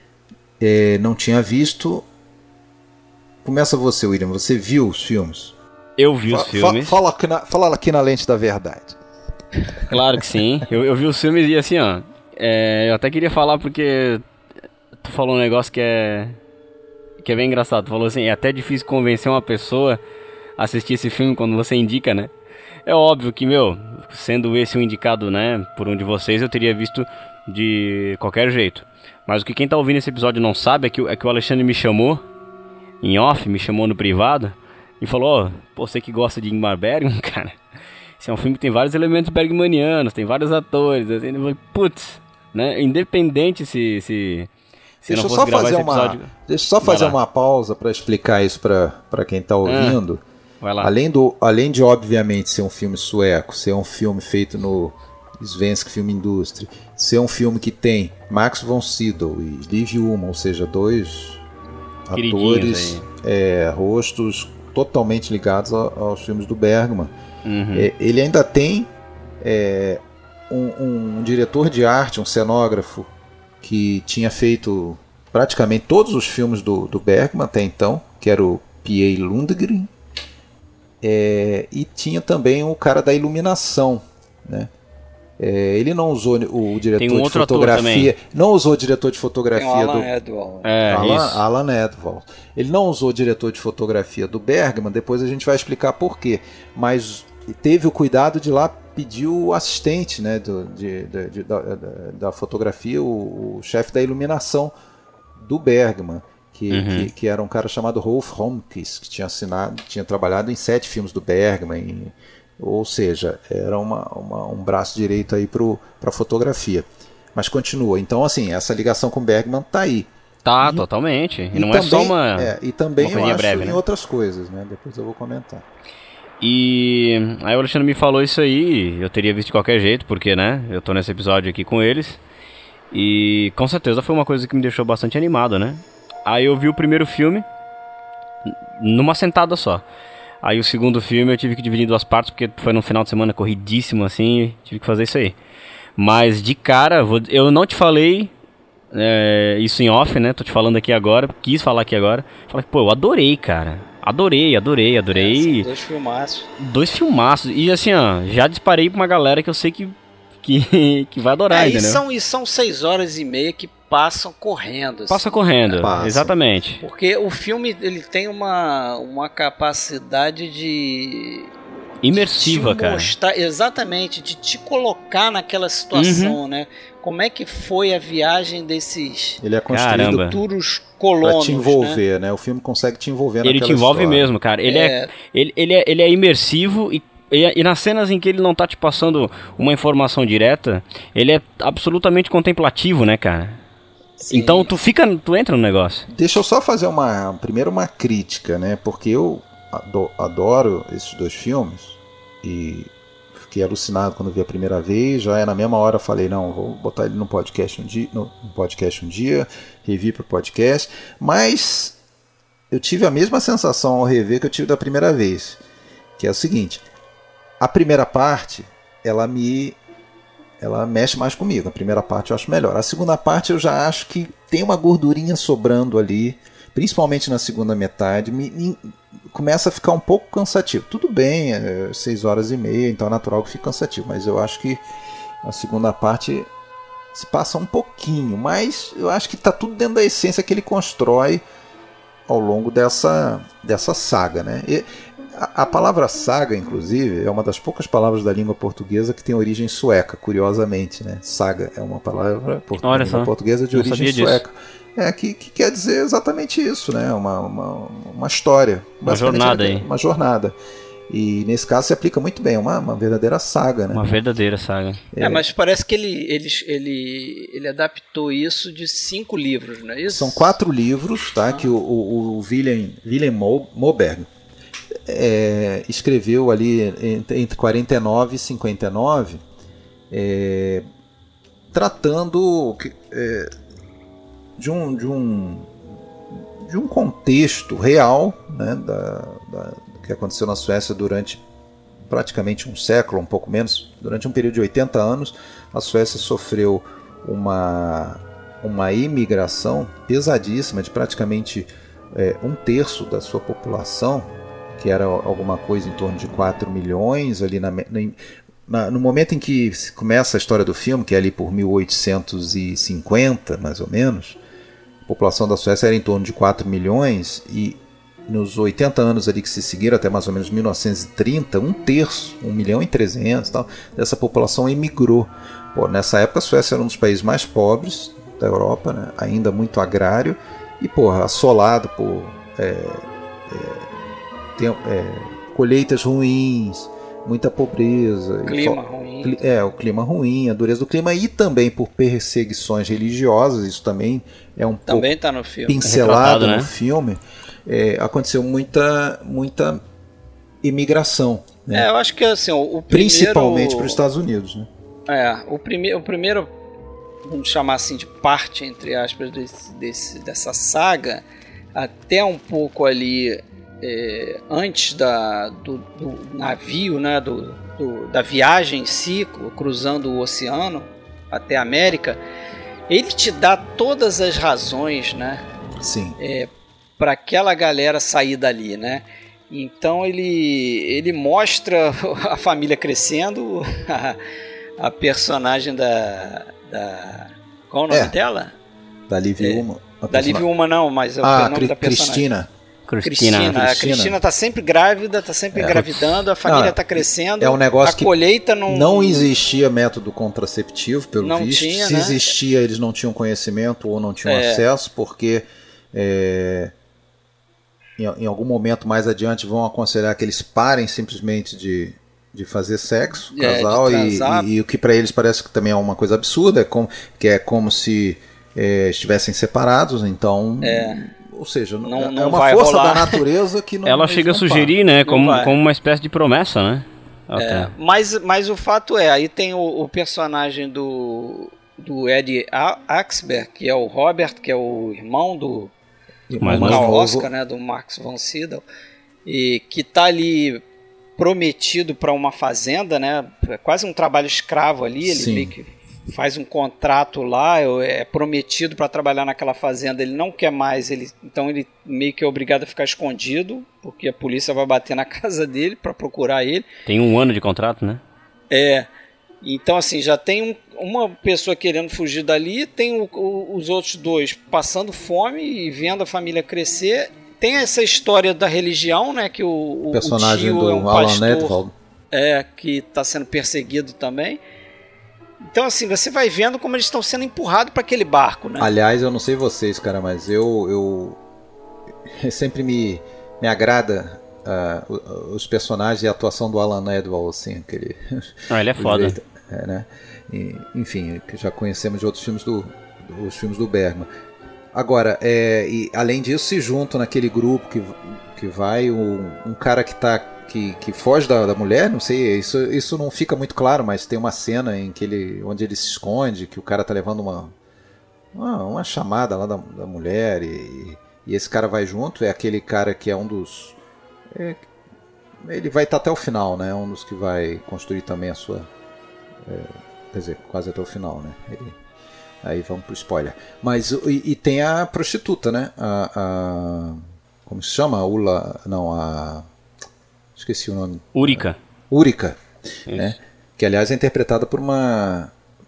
B: não tinha visto. Começa você, William. Você viu os filmes?
C: Eu vi os filmes.
B: Fala aqui na lente da verdade.
C: Claro que sim. Eu vi os filmes e assim, ó. Eu até queria falar porque tu falou um negócio que é bem engraçado. Tu falou assim, é até difícil convencer uma pessoa a assistir esse filme quando você indica, né? É óbvio que, sendo esse um indicado, né, por um de vocês, eu teria visto de qualquer jeito. Mas o que quem tá ouvindo esse episódio não sabe é que o Alexandre me chamou, em off, me chamou no privado, e falou, você que gosta de Ingmar Bergman, cara, esse é um filme que tem vários elementos bergmanianos, tem vários atores, assim, eu falei, putz, né, independente se
B: Deixa
C: não fosse gravar esse episódio...
B: Deixa eu só fazer uma pausa para explicar isso para quem tá ouvindo.
C: Vai lá.
B: Além de, obviamente, ser um filme sueco, ser um filme feito no Svensk Film Industry, ser um filme que tem Max von Sydow e Liv Ullmann, ou seja, 2 atores, rostos totalmente ligados aos filmes do Bergman.
C: Uhum.
B: Ele ainda tem um diretor de arte, um cenógrafo, que tinha feito praticamente todos os filmes do Bergman até então, que era o P.A. Lundgren. E tinha também o cara da iluminação, né? Ele não usou o diretor de fotografia, não usou o diretor de fotografia do Alan Edwall. Ele não usou o diretor de fotografia do Bergman. Depois a gente vai explicar por quê. Mas teve o cuidado de lá pedir o assistente, né, da fotografia, o chefe da iluminação do Bergman. Que era um cara chamado Rolf Holmqvist, que tinha trabalhado em 7 filmes do Bergman, ou seja, era um braço direito aí para fotografia. Mas continua. Então, assim, essa ligação com o Bergman tá aí.
C: Totalmente. E não também, é só uma.
B: E também
C: uma
B: eu acho
C: breve,
B: em
C: né?
B: outras coisas, né? Depois eu vou comentar.
C: E aí o Alexandre me falou isso aí, eu teria visto de qualquer jeito, porque, né, eu tô nesse episódio aqui com eles. E com certeza foi uma coisa que me deixou bastante animado, né? Aí eu vi o primeiro filme numa sentada só. Aí o segundo filme eu tive que dividir em 2 partes, porque foi num final de semana corridíssimo assim, tive que fazer isso aí. Mas de cara, eu não te falei isso em off, né? Tô te falando aqui agora, quis falar aqui agora. Falei, eu adorei, cara. Adorei.
A: São 2 filmaços.
C: 2 filmaços. E assim, ó, já disparei pra uma galera que eu sei que vai adorar, entendeu?
A: E são 6 horas e meia que passam correndo.
C: Passa correndo, exatamente.
A: Porque o filme ele tem uma capacidade de...
C: imersiva,
A: cara. Exatamente, de te colocar naquela situação, né? Como é que foi a viagem desses...
B: Ele é construído
A: futuros colonos,
B: pra te envolver, né? O filme consegue te envolver naquela
C: história. Ele te envolve
B: história.
C: mesmo, cara. Ele é imersivo e nas cenas em que ele não tá te passando uma informação direta, ele é absolutamente contemplativo, né, cara? Sim. Então tu entra no negócio.
B: Deixa eu só fazer primeiro uma crítica, né? Porque eu adoro esses 2 filmes e fiquei alucinado quando vi a primeira vez. Já na mesma hora falei, não, vou botar ele no podcast um dia, revi para o podcast. Mas eu tive a mesma sensação ao rever que eu tive da primeira vez, que é o seguinte: a primeira parte, ela mexe mais comigo. A primeira parte eu acho melhor. A segunda parte eu já acho que tem uma gordurinha sobrando ali, principalmente na segunda metade. Começa a ficar um pouco cansativo. Tudo bem, 6h30, então é natural que fique cansativo, mas eu acho que a segunda parte se passa um pouquinho, mas eu acho que está tudo dentro da essência que ele constrói ao longo dessa saga, né? E a palavra saga, inclusive, é uma das poucas palavras da língua portuguesa que tem origem sueca, curiosamente, né? Saga é uma palavra da língua portuguesa de origem sueca. Que quer dizer exatamente isso, né? Uma história.
C: Uma jornada aí.
B: Uma jornada. E nesse caso se aplica muito bem, uma verdadeira saga, né?
C: Uma verdadeira saga.
A: Mas parece que ele adaptou isso de 5 livros, não é isso?
B: São 4 livros, tá? Que o Vilhelm Moberg escreveu ali entre 49 e 59, tratando de um contexto real, né, que aconteceu na Suécia durante praticamente um século, um pouco menos, durante um período de 80 anos. A Suécia sofreu uma imigração pesadíssima de praticamente 1/3 da sua população, que era alguma coisa em torno de 4 milhões, ali no momento em que começa a história do filme, que é ali por 1850, mais ou menos. A população da Suécia era em torno de 4 milhões e nos 80 anos ali que se seguiram, até mais ou menos 1930, 1/3, 1.300.000 tal, dessa população emigrou. Nessa época a Suécia era um dos países mais pobres da Europa, né? Ainda muito agrário e assolado por colheitas ruins, muita pobreza, o clima ruim, a dureza do clima, e também por perseguições religiosas. Isso também é
A: também tá no filme,
B: pincelado no filme. Aconteceu muita imigração, né?
A: Eu acho que assim,
B: principalmente para os Estados Unidos, né?
A: O primeiro, vamos chamar assim de parte, entre aspas, dessa saga, até um pouco ali antes do navio, né, da viagem em si, cruzando o oceano até a América, ele te dá todas as razões, né?
B: Sim.
A: Para aquela galera sair dali, né? Então ele mostra a família crescendo, a personagem da qual é o nome dela?
B: Da Liv Ullmann.
A: Da Liv Ullmann não, mas é o nome da personagem. Cristina. A Cristina está sempre grávida, está sempre engravidando, a família está crescendo.
B: É um negócio
A: a colheita
B: não existia método contraceptivo, pelo visto.
A: Tinha,
B: se existia, eles não tinham conhecimento ou não tinham acesso, porque em algum momento mais adiante vão aconselhar que eles parem simplesmente de fazer sexo, casal, e o que para eles parece que também é uma coisa absurda, que é como se estivessem separados, então... Ou seja, não é uma força da natureza que não...
C: Ela chega a sugerir, né, como uma espécie de promessa, né?
A: Mas o fato aí tem o personagem do Ed Axberg, que é o Robert, que é o irmão do Oscar, né, do Max von Sydow, e que tá ali prometido para uma fazenda, né? É quase um trabalho escravo ali. Ele meio que faz um contrato lá, é prometido para trabalhar naquela fazenda, ele não quer mais, então ele meio que é obrigado a ficar escondido, porque a polícia vai bater na casa dele para procurar ele.
C: Tem 1 ano de contrato, né?
A: Então assim, já tem uma pessoa querendo fugir dali, tem os outros 2 passando fome e vendo a família crescer. Tem essa história da religião, né, que o
B: personagem
A: tio
B: do
A: é um
B: Alan
A: pastor,
B: Edwald,
A: que está sendo perseguido também. Então assim, você vai vendo como eles estão sendo empurrados para aquele barco, né?
B: Aliás, eu não sei vocês, cara, mas eu sempre me agrada os personagens e a atuação do Alan Edwald, assim, aquele...
C: ele é foda.
B: Né? Enfim, que já conhecemos de outros filmes os filmes do Bergman. Agora, e além disso, se juntam naquele grupo que vai um cara que que foge da mulher, não sei, isso não fica muito claro, mas tem uma cena em que onde ele se esconde, que o cara tá levando uma chamada lá da mulher e esse cara vai junto, é aquele cara que é um dos... ele vai estar até o final, né? Um dos que vai construir também a sua... quer dizer, quase até o final, né? Aí vamos pro spoiler. Mas, e tem a prostituta, né? Como se chama? Esqueci o nome. Úrica, né? Que aliás é interpretada por uma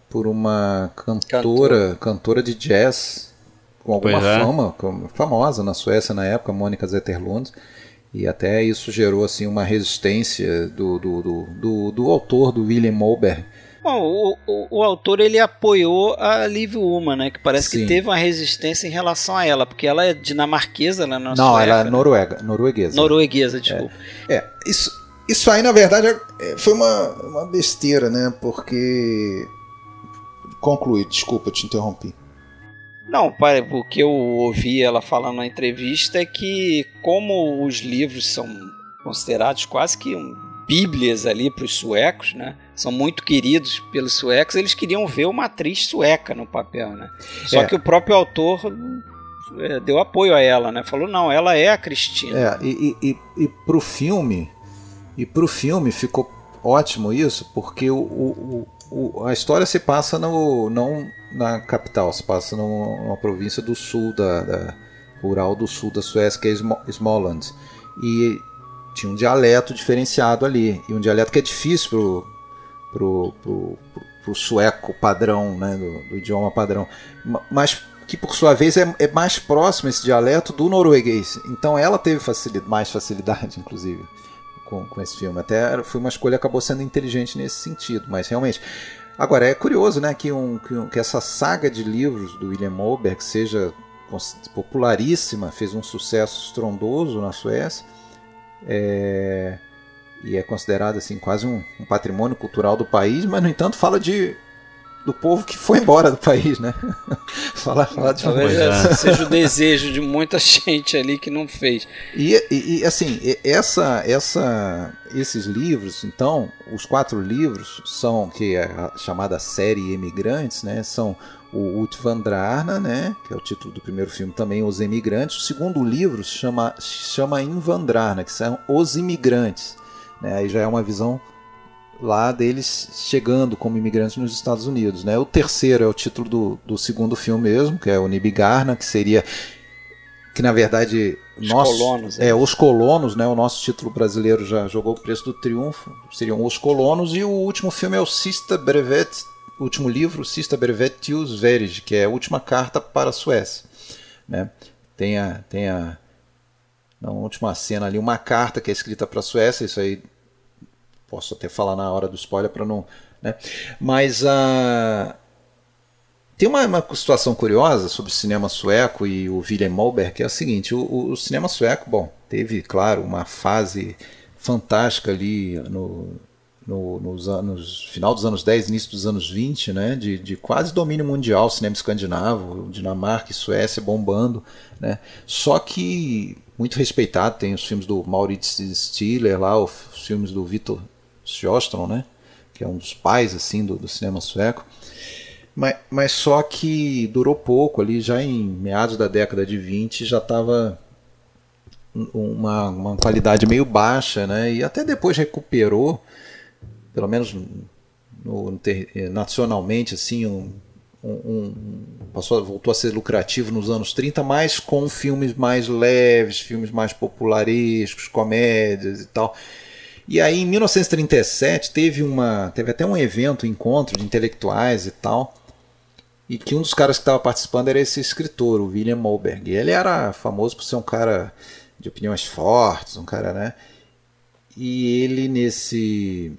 B: cantora de jazz com alguma fama, famosa na Suécia na época, Mônica Zetterlund, e até isso gerou assim uma resistência do autor, do Vilhelm Moberg.
A: Bom, o autor ele apoiou a Liv Ullmann, né? Que parece
B: Sim.
A: que teve uma resistência em relação a ela, porque ela é dinamarquesa, ela não é
B: Não,
A: sueca,
B: ela é
A: né?
B: norueguesa.
A: Norueguesa, desculpa.
B: Isso aí, na verdade, foi uma besteira, né? Porque... Conclui, desculpa, eu te interrompi.
A: Não, o que eu ouvi ela falando na entrevista é que, como os livros são considerados quase que bíblias ali para os suecos, né? São muito queridos pelos suecos, eles queriam ver uma atriz sueca no papel, né? Só que o próprio autor deu apoio a ela, né? Falou, não, ela é a Cristina.
B: E pro filme ficou ótimo isso, porque a história se passa não na capital, se passa numa província do sul, rural do sul da Suécia, que é Småland. E tinha um dialeto diferenciado ali, e um dialeto que é difícil pro sueco padrão, né, do idioma padrão, mas que por sua vez é mais próximo esse dialeto do norueguês. Então ela teve mais facilidade, inclusive, com esse filme. Até foi uma escolha que acabou sendo inteligente nesse sentido, mas realmente... Agora, é curioso, né, que essa saga de livros do Vilhelm Moberg seja popularíssima, fez um sucesso estrondoso na Suécia, e é considerado assim, quase um patrimônio cultural do país, mas, no entanto, fala do povo que foi embora do país, né? Fala de
A: talvez seja o desejo de muita gente ali que não fez.
B: E assim, esses livros, então, os 4 livros são, que é a chamada série Emigrantes, né? São o Utvandrarna, né? Que é o título do primeiro filme também, Os Emigrantes. O segundo livro se chama Invandrarna, que são Os Imigrantes, né? Aí já é uma visão lá deles chegando como imigrantes nos Estados Unidos, né? O terceiro é o título do segundo filme mesmo, que é o Nibgarna, que na verdade os colonos, né? O nosso título brasileiro já jogou o preço do triunfo, seriam os colonos, e o último filme é o Sista Brevet, o último livro, Sista Brevet til Sverige, que é a última carta para a Suécia, né? Tem na última cena ali uma carta que é escrita para a Suécia, isso aí posso até falar na hora do spoiler para não... né? Mas tem uma situação curiosa sobre o cinema sueco e o Vilhelm Moberg, que é o seguinte, o cinema sueco, bom, teve, claro, uma fase fantástica ali nos anos, final dos anos 10, início dos anos 20, né? De quase domínio mundial, cinema escandinavo, Dinamarca e Suécia bombando, né? Só que muito respeitado, tem os filmes do Maurits Stiller lá, os filmes do Victor Sjöström, né? Que é um dos pais assim do cinema sueco, mas só que durou pouco ali, já em meados da década de 20 já estava uma qualidade meio baixa, né? E até depois recuperou, pelo menos nacionalmente, assim, voltou a ser lucrativo nos anos 30, mas com filmes mais leves, filmes mais popularescos, comédias e tal. E aí, em 1937, teve até um evento, um encontro de intelectuais e tal, e que um dos caras que estava participando era esse escritor, o Vilhelm Moberg. E ele era famoso por ser um cara de opiniões fortes, um cara, né? E ele nesse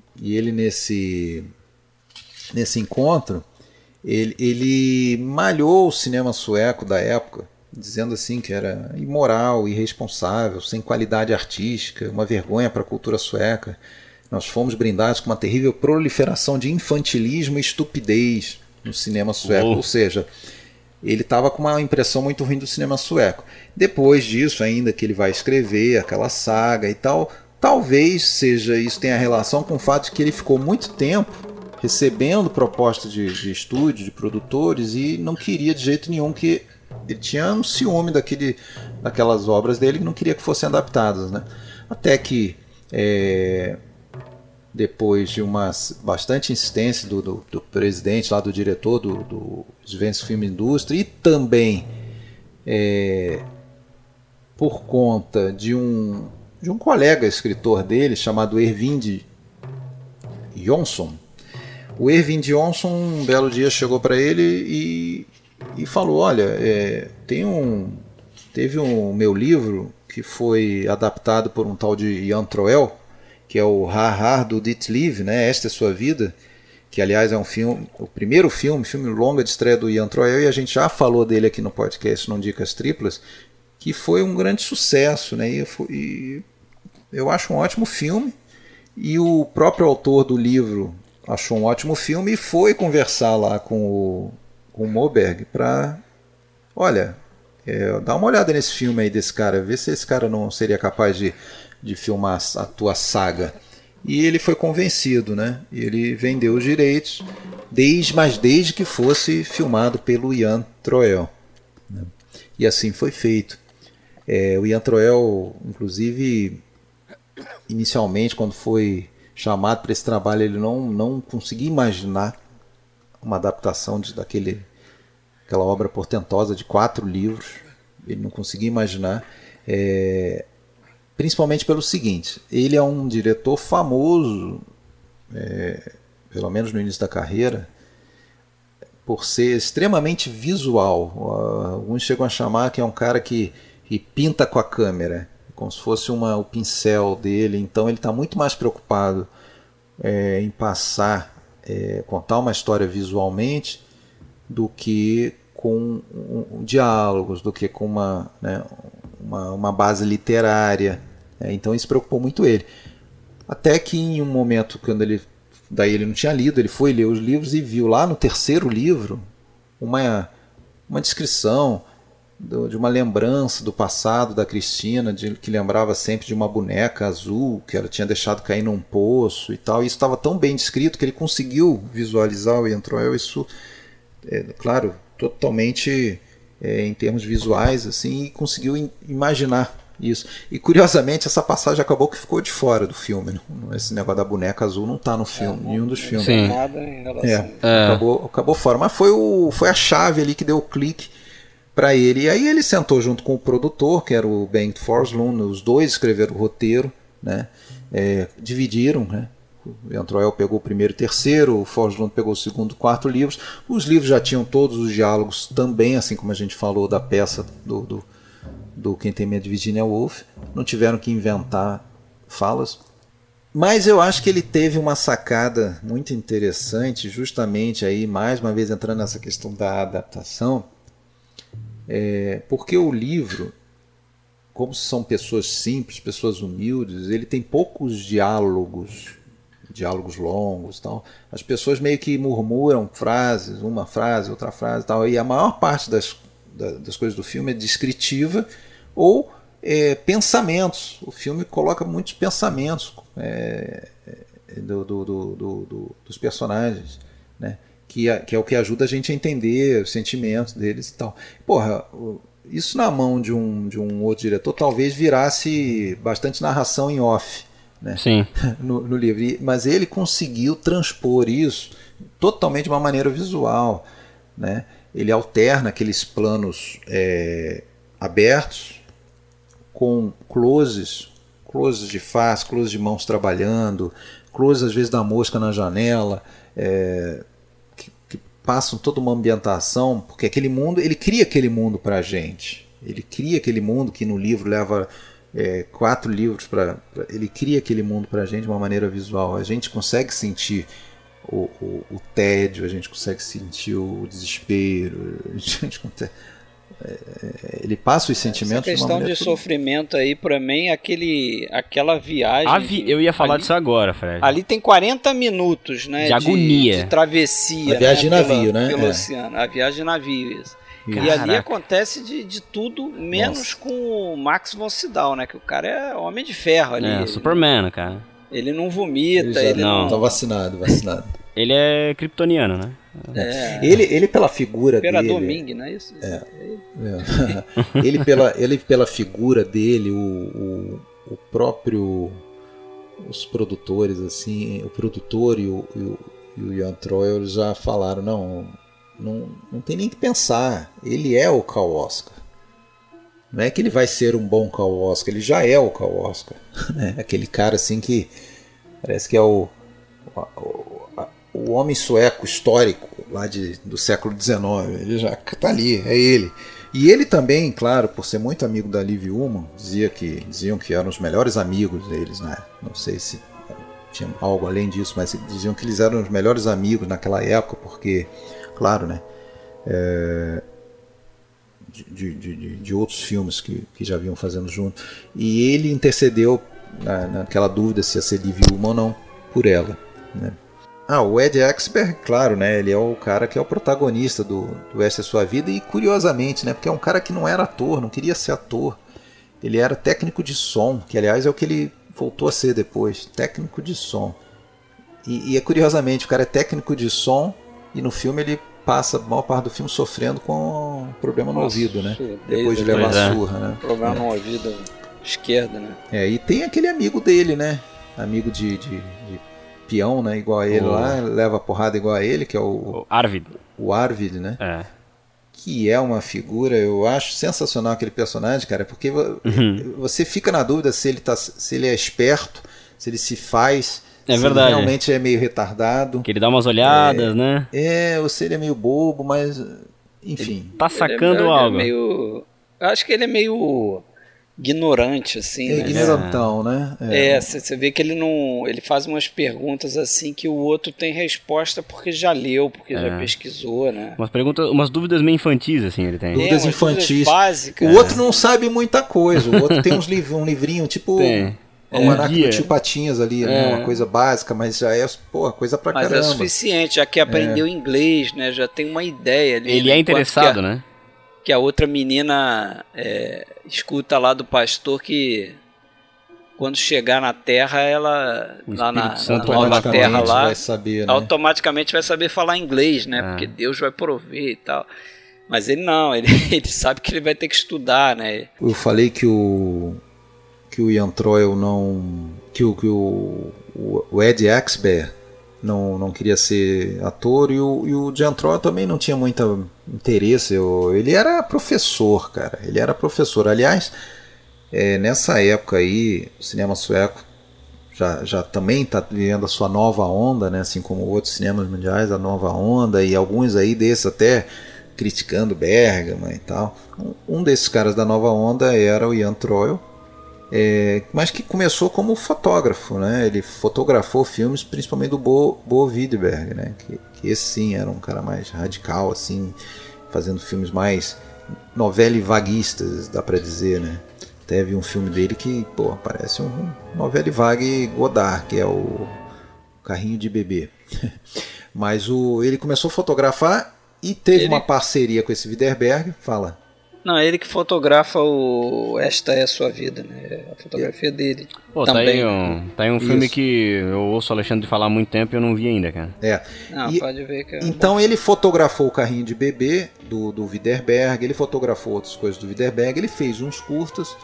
B: encontro, ele malhou o cinema sueco da época, dizendo assim que era imoral, irresponsável, sem qualidade artística, uma vergonha para a cultura sueca. Nós fomos brindados com uma terrível proliferação de infantilismo e estupidez no cinema sueco. Ou seja, ele estava com uma impressão muito ruim do cinema sueco. Depois disso, ainda que ele vai escrever aquela saga e tal, talvez isso tenha relação com o fato de que ele ficou muito tempo recebendo propostas de estúdio, de produtores, e não queria de jeito nenhum que... Ele tinha um ciúme daquelas obras dele, que não queria que fossem adaptadas, né? Até que, depois de uma bastante insistência do presidente, lá do diretor do Svensson Film Industry, e também por conta de um colega escritor dele, chamado Erving Johnson. O Erving Johnson, um belo dia, chegou para ele e falou: olha, teve um meu livro que foi adaptado por um tal de Ian Troell, que é o Har do Dit Live, né? Esta é Sua Vida, que aliás é um filme, o primeiro filme longa de estreia do Ian Troell, e a gente já falou dele aqui no podcast Não Dicas Triplas, que foi um grande sucesso, né? E eu acho um ótimo filme, e o próprio autor do livro achou um ótimo filme e foi conversar lá com o Moberg para, olha, dá uma olhada nesse filme aí desse cara, ver se esse cara não seria capaz de filmar a tua saga. E ele foi convencido, né? Ele vendeu os direitos, desde que fosse filmado pelo Ian Troell, né? E assim foi feito. O Ian Troell, inclusive, inicialmente, quando foi chamado para esse trabalho, ele não conseguia imaginar uma adaptação daquela obra portentosa de 4 livros. Ele não conseguia imaginar, principalmente pelo seguinte: ele é um diretor famoso, pelo menos no início da carreira, por ser extremamente visual. Alguns chegam a chamar que é um cara que pinta com a câmera, como se fosse o pincel dele. Então ele está muito mais preocupado em contar uma história visualmente do que com diálogos, do que com uma base literária. Então isso preocupou muito ele. Até que em um momento, daí ele não tinha lido, ele foi ler os livros e viu lá no 3º livro uma descrição de uma lembrança do passado da Cristina, que lembrava sempre de uma boneca azul que ela tinha deixado cair num poço e tal. E isso estava tão bem descrito que ele conseguiu visualizar o Ian Troell, isso, claro, totalmente em termos visuais, assim, e conseguiu imaginar isso. E curiosamente essa passagem acabou que ficou de fora do filme. Esse negócio da boneca azul não está no filme, nenhum dos filmes.
C: Sim.
A: Nada em relação.
B: Acabou fora, mas foi a chave ali que deu o clique para ele. E aí ele sentou junto com o produtor, que era o Bengt Forslund, os dois escreveram o roteiro, né? Dividiram, né? O Ian Troell pegou o 1º e 3º, o Forslund pegou o 2º e 4º livros. Os livros já tinham todos os diálogos também, assim como a gente falou da peça do Quem Tem Medo de Virginia Woolf. Não tiveram que inventar falas. Mas eu acho que ele teve uma sacada muito interessante, justamente aí, mais uma vez entrando nessa questão da adaptação, porque o livro, como são pessoas simples, pessoas humildes, ele tem poucos diálogos longos, tal. As pessoas meio que murmuram frases, uma frase, outra frase, tal. E a maior parte das coisas do filme é descritiva ou pensamentos. O filme coloca muitos pensamentos dos personagens, né? Que é o que ajuda a gente a entender os sentimentos deles e tal. Porra, isso na mão de um outro diretor talvez virasse bastante narração em off, né?
C: Sim.
B: no livro. Mas ele conseguiu transpor isso totalmente de uma maneira visual, né? Ele alterna aqueles planos abertos com closes de face, closes de mãos trabalhando, closes às vezes da mosca na janela, que passam toda uma ambientação, porque aquele mundo, ele cria aquele mundo para a gente. Ele cria aquele mundo que no livro leva 4 livros ele cria aquele mundo para a gente de uma maneira visual. A gente consegue sentir o tédio, a gente consegue sentir o desespero, ele passa os sentimentos.
A: Essa questão de sofrimento aí, para mim, aquela viagem.
C: Eu ia falar disso agora, Fred.
A: Ali tem 40 minutos, né?
C: De agonia.
A: De travessia.
B: A viagem de navio, né?
A: Pelo oceano. A viagem de navio, isso. E ali acontece de tudo, menos com o Max von Sydow, né? Que o cara é homem de ferro ali.
C: É, Superman, cara.
A: Ele não vomita, ele não...
B: Tá vacinado.
C: Ele é kryptoniano, né?
B: Ele pela figura
A: Imperador
B: dele...
A: Ming, não é isso?
B: Ele pela figura dele, o próprio... Os produtores, assim, o produtor e o Ian Troy já falaram, não tem nem que pensar, ele é o Cal Oscar. Não é que ele vai ser um bom Cal Oscar, ele já é o Cal Oscar. Né? Aquele cara assim que parece que é o homem sueco histórico lá do século XIX, ele já está ali, é ele. E ele também, claro, por ser muito amigo da Liv Ullmann, diziam que eram os melhores amigos deles, né? Não sei se tinha algo além disso, mas diziam que eles eram os melhores amigos naquela época, porque, claro, né? De outros filmes que já vinham fazendo junto. E ele intercedeu naquela dúvida se ia ser Liv Ullmann ou não, por ela, né? O Ed Exberg, claro, né? Ele é o cara que é o protagonista do Essa é Sua Vida, e curiosamente, né? Porque é um cara que não era ator, não queria ser ator. Ele era técnico de som, que aliás é o que ele voltou a ser depois, técnico de som. E curiosamente, o cara é técnico de som e no filme ele passa a maior parte do filme sofrendo com problema no ouvido, né? Depois de levar surra, né?
A: Problema no ouvido esquerdo, né?
B: E tem aquele amigo dele, né? Amigo de peão, né? Igual a ele lá, leva porrada igual a ele, que é o
C: Arvid.
B: O Arvid, né? Que é uma figura, eu acho sensacional aquele personagem, cara, porque você fica na dúvida se ele é esperto, se ele se faz, se
C: verdade.
B: Ele realmente é meio retardado.
C: Que ele dá umas olhadas, né?
B: Ou se ele é meio bobo, mas enfim.
C: Ele tá sacando algo.
A: Eu acho que ele é meio ignorante, assim, né?
B: Ignorantão, né?
A: Você vê que ele faz umas perguntas assim que o outro tem resposta porque já leu, porque já pesquisou, né?
C: Umas dúvidas meio infantis, assim, ele tem.
B: Dúvidas infantis.
A: Básicas.
B: O outro não sabe muita coisa, o outro tem um livrinho, tipo... Um anaco do Tio Patinhas ali, né? Uma coisa básica, mas já é coisa pra caramba.
A: Mas é suficiente, já que aprendeu inglês, né? Já tem uma ideia ali.
C: Ele é interessado, né?
A: Que a outra menina escuta lá do pastor que quando chegar na Terra, ela lá na nova Terra lá,
B: vai saber, né?
A: Automaticamente vai saber falar inglês, né? Porque Deus vai prover e tal. Mas ele não, ele sabe que ele vai ter que estudar, né?
B: Eu falei que o Ian Troy não... que o Ed Exberg não queria ser ator, e o Ian Troy também não tinha muito interesse. Ele era professor, cara. Ele era professor. Aliás, nessa época aí, o cinema sueco já também está vivendo a sua nova onda, né? Assim como outros cinemas mundiais, a nova onda, e alguns aí desses até criticando Bergman e tal. Um desses caras da nova onda era o Ian Troy, mas que começou como fotógrafo, né? Ele fotografou filmes principalmente do Bo Widerberg, né? Que esse sim era um cara mais radical, assim, fazendo filmes mais novela vaguistas, dá pra dizer, né? Teve um filme dele que, parece um novela vague Godard, que é o Carrinho de Bebê. Mas ele começou a fotografar e teve uma parceria com esse Widerberg. Fala.
A: Não, é ele que fotografa Esta é a Sua Vida, né? A fotografia dele. Também.
C: Tá aí um filme que eu ouço o Alexandre falar há muito tempo e eu não vi ainda, cara.
A: Não, pode ver que
B: então ele fotografou o Carrinho de Bebê do Widerberg, ele fotografou outras coisas do Widerberg, ele fez uns curtas.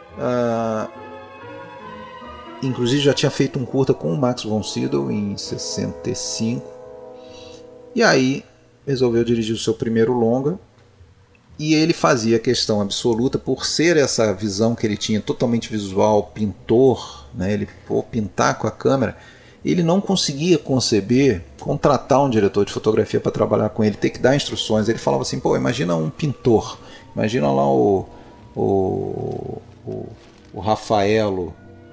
B: Inclusive já tinha feito um curta com o Max von Sydow em 65. E aí resolveu dirigir o seu primeiro longa. E ele fazia questão absoluta, por ser essa visão que ele tinha totalmente visual, pintor, né? Ele pintar com a câmera, ele não conseguia conceber, contratar um diretor de fotografia para trabalhar com ele, ter que dar instruções. Ele falava assim, imagina um pintor, imagina lá o Rafaelo,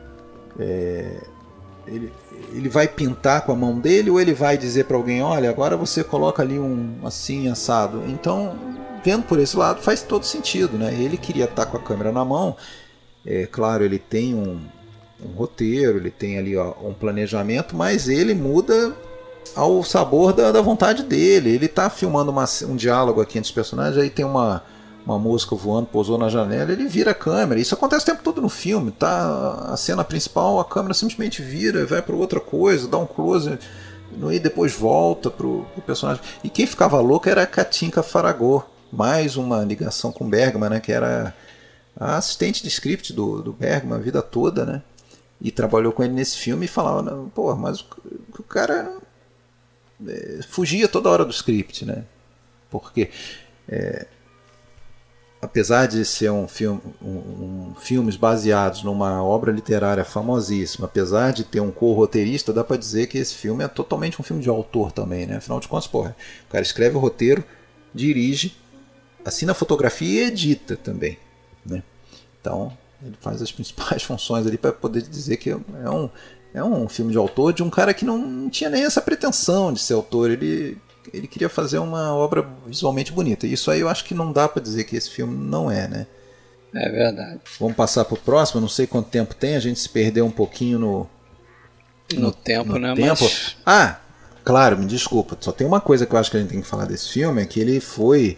B: ele vai pintar com a mão dele, ou ele vai dizer para alguém, olha, agora você coloca ali um assim, assado. Então, vendo por esse lado, faz todo sentido, né? Ele queria estar com a câmera na mão. Claro, ele tem um roteiro, ele tem ali um planejamento, mas ele muda ao sabor da vontade dele. Ele tá filmando um diálogo aqui entre os personagens, aí tem uma mosca voando, pousou na janela, ele vira a câmera. Isso acontece o tempo todo no filme, tá? A cena principal, a câmera simplesmente vira, vai para outra coisa, dá um close, e depois volta pro personagem. E quem ficava louco era a Katinka Faragó, mais uma ligação com Bergman, né? Que era a assistente de script do Bergman a vida toda, né? E trabalhou com ele nesse filme e falava, pô, mas o cara fugia toda hora do script, né? Porque apesar de ser filmes baseados numa obra literária famosíssima, apesar de ter um co-roteirista, dá para dizer que esse filme é totalmente um filme de autor também, né? Afinal de contas, porra, o cara escreve o roteiro, dirige, assina a fotografia e edita também, né? Então, ele faz as principais funções ali para poder dizer que é um filme de autor de um cara que não tinha nem essa pretensão de ser autor. Ele queria fazer uma obra visualmente bonita. Isso aí eu acho que não dá para dizer que esse filme não é, né?
A: É verdade.
B: Vamos passar para o próximo. Eu não sei quanto tempo tem. A gente se perdeu um pouquinho
A: no tempo, né?
B: Tempo. Mas... Ah, claro, me desculpa. Só tem uma coisa que eu acho que a gente tem que falar desse filme, é que ele foi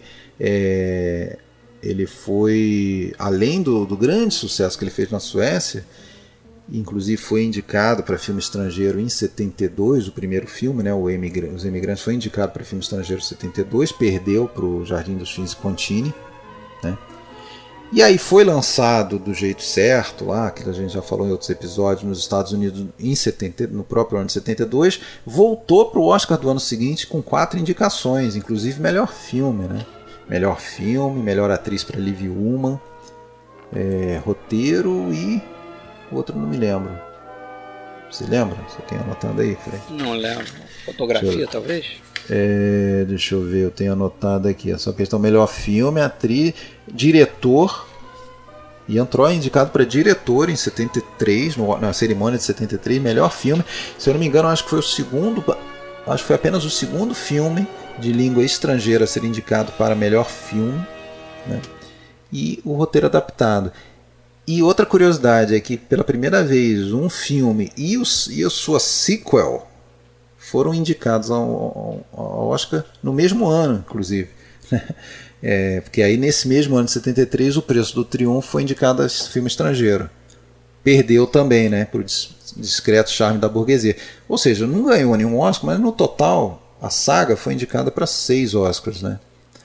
B: além do grande sucesso que ele fez na Suécia, inclusive foi indicado para filme estrangeiro em 72, o primeiro filme, né, Os Imigrantes, foi indicado para filme estrangeiro em 72, perdeu para o Jardim dos Fins Contini, né? E aí foi lançado do jeito certo, lá, que a gente já falou em outros episódios, nos Estados Unidos no próprio ano de 72, voltou para o Oscar do ano seguinte com 4 indicações, inclusive melhor filme, né? Melhor filme, melhor atriz para Liv Ullmann, roteiro e o outro não me lembro. Você lembra? Você tem anotado aí, Frei?
A: Não lembro. Fotografia, talvez?
B: Deixa eu ver, eu tenho anotado aqui. Essa questão: melhor filme, atriz, diretor. E entrou indicado para diretor em 73, na cerimônia de 73, melhor filme. Se eu não me engano, acho que foi acho que foi apenas o segundo filme de língua estrangeira a ser indicado para melhor filme, né? E o roteiro adaptado. E outra curiosidade é que pela primeira vez um filme e a sua sequel foram indicados ao Oscar no mesmo ano, inclusive. Porque aí nesse mesmo ano de 73 o Preço do Triunfo foi indicado a filme estrangeiro. Perdeu também, né, por Discreto Charme da Burguesia. Ou seja, não ganhou nenhum Oscar, mas no total a saga foi indicada para 6 Oscars, né?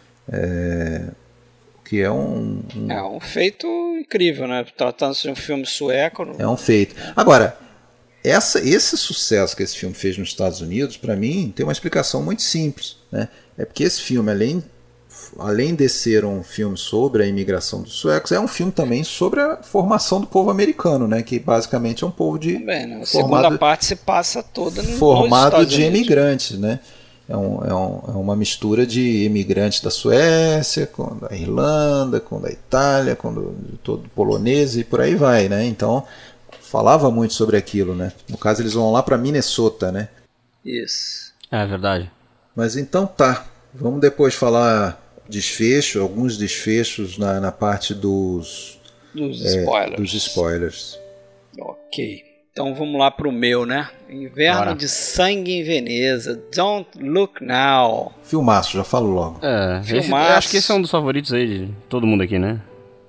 B: Que é um
A: feito incrível, né? Tratando-se de um filme sueco.
B: É um feito. Agora, esse sucesso que esse filme fez nos Estados Unidos, para mim, tem uma explicação muito simples, né? É porque esse filme, além de ser um filme sobre a imigração dos suecos, é um filme também sobre a formação do povo americano, né? Que basicamente é um povo
A: também, né? A segunda parte se passa toda
B: formado de imigrantes, né? É uma mistura de imigrantes da Suécia, com da Irlanda, com da Itália, com todo polonês e por aí vai, né? Então falava muito sobre aquilo, né? No caso eles vão lá para Minnesota, né?
A: Isso.
C: É verdade.
B: Mas então tá, vamos depois falar alguns desfechos na parte dos spoilers.
A: Ok. Então vamos lá pro meu, né? Inverno de Sangue em Veneza. Don't Look Now.
B: Filmaço, já falo logo.
C: Acho que esse é um dos favoritos aí de todo mundo aqui, né?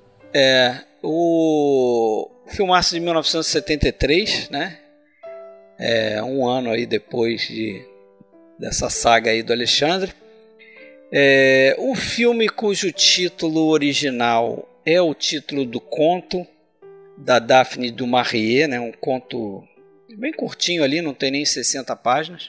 A: O filmaço de 1973, né? Um ano aí depois dessa saga aí do Alexandre. Um filme cujo título original é o título do conto da Daphne du Maurier, né? Um conto bem curtinho ali, não tem nem 60 páginas,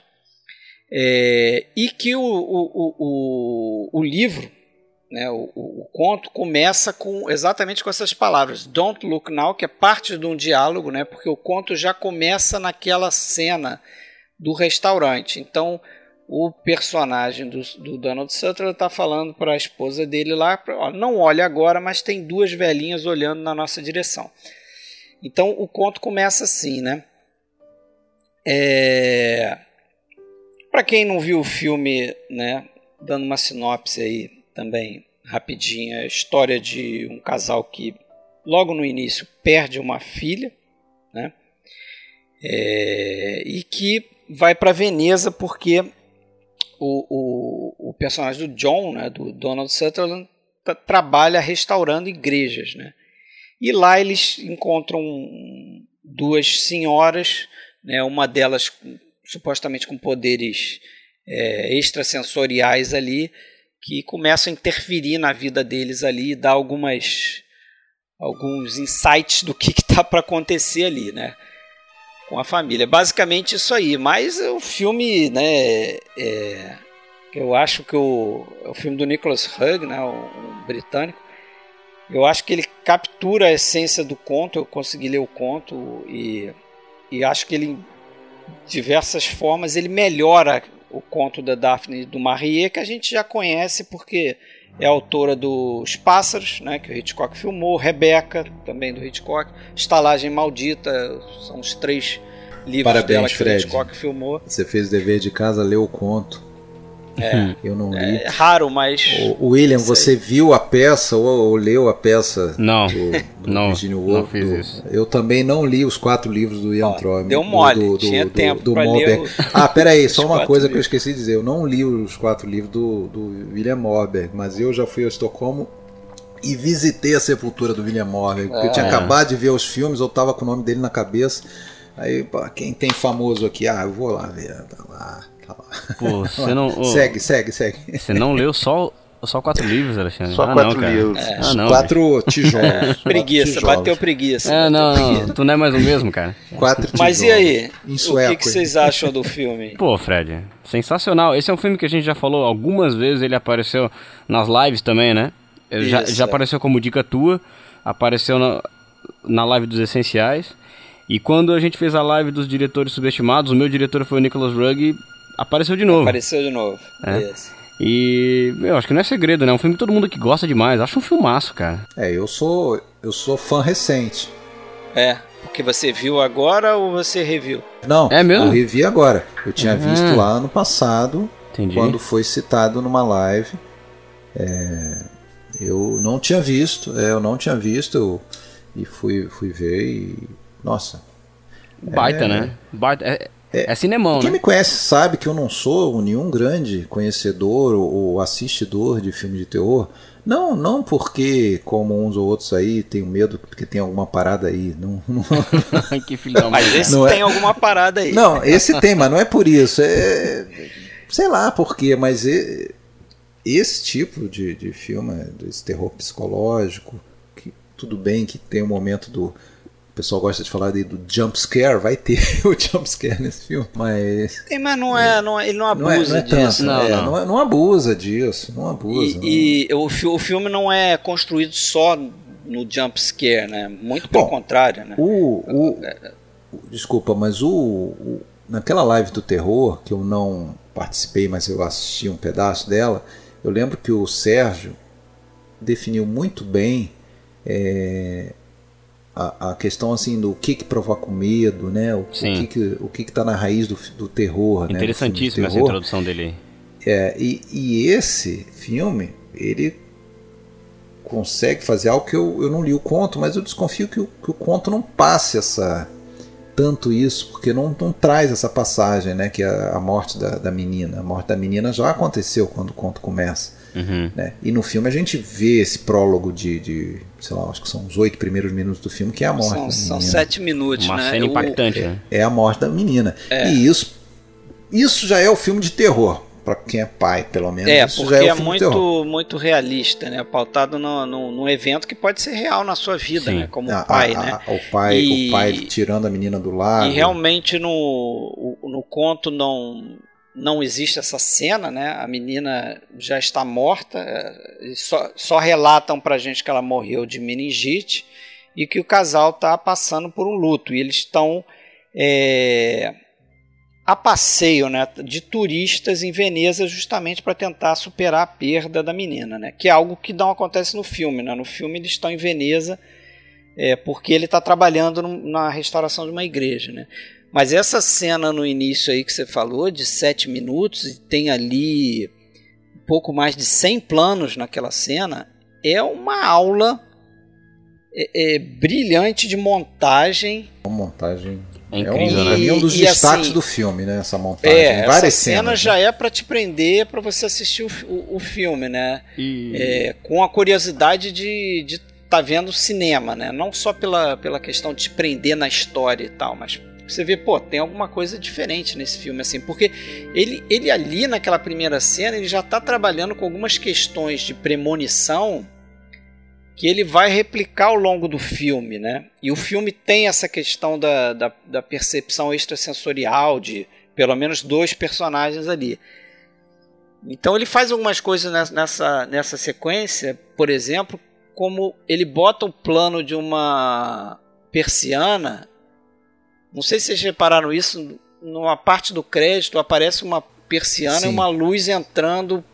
A: e que o livro, né? O conto começa exatamente com essas palavras, Don't Look Now, que é parte de um diálogo, né? Porque o conto já começa naquela cena do restaurante. Então o personagem do Donald Sutherland está falando para a esposa dele lá, não olhe agora, mas tem 2 velhinhas olhando na nossa direção. Então o conto começa assim, né? Para quem não viu o filme, né, dando uma sinopse aí também rapidinha, a história de um casal que logo no início perde uma filha, né? E que vai para Veneza porque o personagem do John, né, do Donald Sutherland, trabalha restaurando igrejas, né? E lá eles encontram duas senhoras, né, uma delas supostamente com poderes extrasensoriais ali, que começam a interferir na vida deles ali e dar alguns insights do que está para acontecer ali, né, com a família. Basicamente isso aí, mas o filme, né, eu acho que é o filme do Nicholas Hugg, né, o britânico. Eu acho que ele captura a essência do conto. Eu consegui ler o conto e acho que ele, de diversas formas, ele melhora o conto da Daphne du Maurier, que a gente já conhece porque é autora dos Pássaros, né, que o Hitchcock filmou, Rebecca, também do Hitchcock, Estalagem Maldita, são os 3 livros. Parabéns, dela que Fred. O Hitchcock filmou.
B: Você fez o dever de casa, leu o conto. Eu não li.
A: É raro, mas...
B: William, você viu a peça ou leu a peça?
C: Não,
B: do Virginia Woolf?
C: Não fiz isso.
B: Eu também não li os 4 livros do Ian Troy.
A: Deu mole, tinha tempo pra ler.
B: Peraí, só uma coisa que eu esqueci de dizer. Eu não li os 4 livros do William Morberg, mas eu já fui a Estocolmo e visitei a sepultura do William Morberg, porque eu tinha acabado de ver os filmes, eu tava com o nome dele na cabeça. Aí, quem tem famoso aqui? Eu vou lá ver, tá lá.
C: Pô, você não...
B: Segue.
C: Você não leu só 4 livros, Alexandre?
D: Só 4 livros.
C: Não,
B: 4 tijolos.
A: Preguiça, bateu preguiça.
C: Não, tu não é mais o mesmo, cara.
B: 4 tijolos.
A: Mas e aí?
B: Em sueco,
A: o que vocês acham do filme?
C: Pô, Fred, sensacional. Esse é um filme que a gente já falou algumas vezes, ele apareceu nas lives também, né? Já apareceu como dica tua, apareceu na live dos Essenciais. E quando a gente fez a live dos diretores subestimados, o meu diretor foi o Nicholas Rugg, apareceu de novo.
A: Yes.
C: E eu acho que não é segredo, né? É um filme que todo mundo aqui gosta demais. Acho um filmaço, cara.
B: Eu sou fã recente.
A: Porque você viu agora ou você reviu?
B: Não,
C: é mesmo?
B: Eu revi agora. Eu tinha visto lá no passado.
C: Entendi.
B: Quando foi citado numa live. Eu não tinha visto. E fui ver e... Nossa.
C: Baita, né? Baita. É cinemão,
B: Quem
C: né?
B: me conhece sabe que eu não sou nenhum grande conhecedor ou assistidor de filme de terror. Não porque, como uns ou outros aí, tenho medo porque tem alguma parada aí. Não...
C: Que filho da mãe.
A: Mas esse tem alguma parada aí.
B: Não, esse tem, mas não é por isso. Sei lá por quê, mas esse tipo de filme, desse terror psicológico, que tudo bem que tem um momento do... O pessoal gosta de falar do jump scare, vai ter o jump scare nesse filme, mas...
A: Mas ele não abusa disso.
B: Não abusa disso, não abusa.
A: E o filme não é construído só no jump scare, né? Muito pelo contrário, né?
B: Desculpa, mas naquela live do terror, que eu não participei, mas eu assisti um pedaço dela, eu lembro que o Sérgio definiu muito bem... A questão assim do que provoca o medo, né? O que está na raiz do terror.
C: Interessantíssima essa introdução dele.
B: E esse filme, ele consegue fazer algo que eu não li o conto, mas eu desconfio que o conto não passe tanto isso, porque não traz essa passagem, né? Que é a morte da menina. A morte da menina já aconteceu quando o conto começa. Né? E no filme a gente vê esse prólogo de sei lá, acho que são os 8 primeiros minutos do filme, que é a morte da menina.
A: São 7 minutos,
C: uma
A: né?
C: cena impactante, né?
B: É a morte da menina. E isso já é o filme de terror, para quem é pai, pelo menos. Isso
A: porque
B: já é
A: muito realista, né? Pautado num evento que pode ser real na sua vida, né? Como pai, né?
B: O pai tirando a menina do lago.
A: E realmente no conto não existe essa cena, né? A menina já está morta, só relatam pra gente que ela morreu de meningite e que o casal está passando por um luto. E eles estão a passeio, né, de turistas em Veneza justamente para tentar superar a perda da menina, né? Que é algo que não acontece no filme, né? No filme eles estão em Veneza porque ele está trabalhando na restauração de uma igreja, né? Mas essa cena no início aí que você falou, de 7 minutos, e tem ali um pouco mais de 100 planos naquela cena, é uma aula brilhante de montagem.
B: Uma montagem
C: É incrível, né?
B: Pra mim é um dos destaques
A: assim,
B: do filme, né? Essa montagem. Várias
A: essa
B: cenas,
A: cena já é para te prender para você assistir o filme, né? Com a curiosidade de tá vendo cinema, né? Não só pela questão de te prender na história e tal, mas você vê, pô, tem alguma coisa diferente nesse filme, assim, porque ele ali naquela primeira cena, ele já tá trabalhando com algumas questões de premonição que ele vai replicar ao longo do filme, né? E o filme tem essa questão da percepção extrasensorial de pelo menos 2 personagens ali. Então ele faz algumas coisas nessa sequência, por exemplo, como ele bota o plano de uma persiana. Não sei se vocês repararam isso, numa parte do crédito aparece uma persiana
B: Sim.
A: e uma luz entrando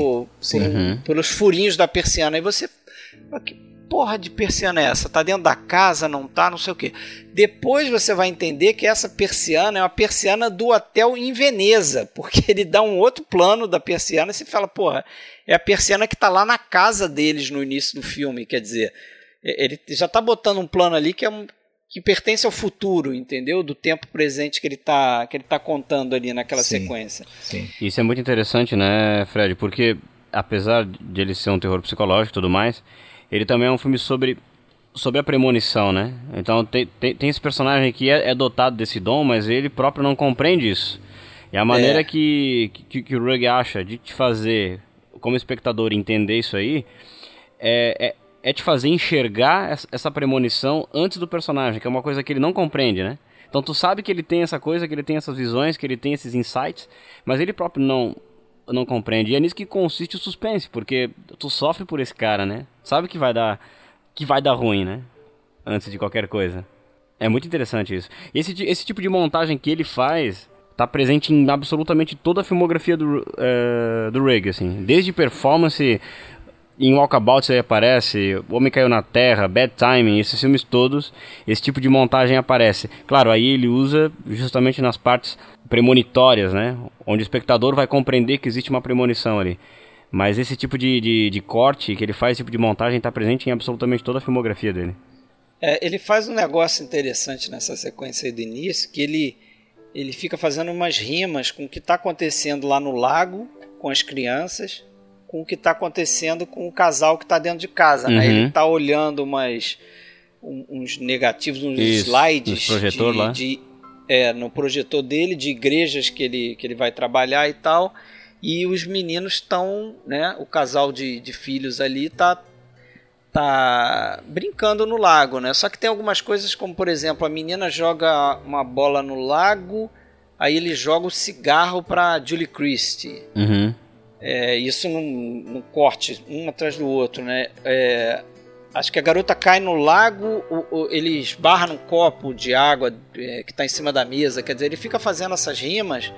A: pelos furinhos da persiana. Aí você... Que porra de persiana é essa? Tá dentro da casa, não tá, não sei o que. Depois você vai entender que essa persiana é uma persiana do hotel em Veneza, porque ele dá um outro plano da persiana e você fala, porra, é a persiana que tá lá na casa deles no início do filme, quer dizer, ele já tá botando um plano ali que pertence ao futuro, entendeu? Do tempo presente que ele tá contando ali naquela sequência.
B: Sim.
C: Isso é muito interessante, né, Fred? Porque apesar de ele ser um terror psicológico e tudo mais, ele também é um filme sobre a premonição, né? Então tem esse personagem que é dotado desse dom, mas ele próprio não compreende isso. E a maneira que o Rugg acha de te fazer, como espectador, entender isso aí, é te fazer enxergar essa premonição antes do personagem, que é uma coisa que ele não compreende, né? Então tu sabe que ele tem essa coisa, que ele tem essas visões, que ele tem esses insights, mas ele próprio não compreende. E é nisso que consiste o suspense, porque tu sofre por esse cara, né? Sabe que vai dar ruim, né? Antes de qualquer coisa. É muito interessante isso. Esse tipo de montagem que ele faz tá presente em absolutamente toda a filmografia do Rugg, assim. Desde performance, em Walkabout aí aparece, O Homem Caiu na Terra, Bad Timing, esses filmes todos, esse tipo de montagem aparece. Claro, aí ele usa justamente nas partes premonitórias, né? Onde o espectador vai compreender que existe uma premonição ali. Mas esse tipo de corte que ele faz, esse tipo de montagem, está presente em absolutamente toda a filmografia dele.
A: Ele faz um negócio interessante nessa sequência aí do início, que ele fica fazendo umas rimas com o que está acontecendo lá no lago, com as crianças, com o que está acontecendo com o casal que está dentro de casa. Né? Ele está olhando uns negativos, uns slides
C: projetor lá.
A: No projetor dele, de igrejas que ele vai trabalhar e tal, e os meninos estão, né, o casal de filhos ali tá brincando no lago, né? Só que tem algumas coisas como, por exemplo, a menina joga uma bola no lago, aí ele joga o cigarro para Julie Christie. Isso num corte, um atrás do outro, né? Acho que a garota cai no lago, ele esbarra num copo de água que está em cima da mesa. Quer dizer, ele fica fazendo essas rimas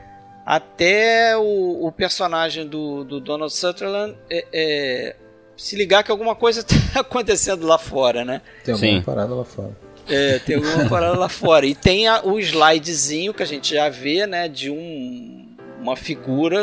A: até o personagem do Donald Sutherland se ligar que alguma coisa está acontecendo lá fora, né?
B: Tem alguma parada lá fora.
A: Tem alguma parada lá fora. E tem o slidezinho que a gente já vê, né? De uma figura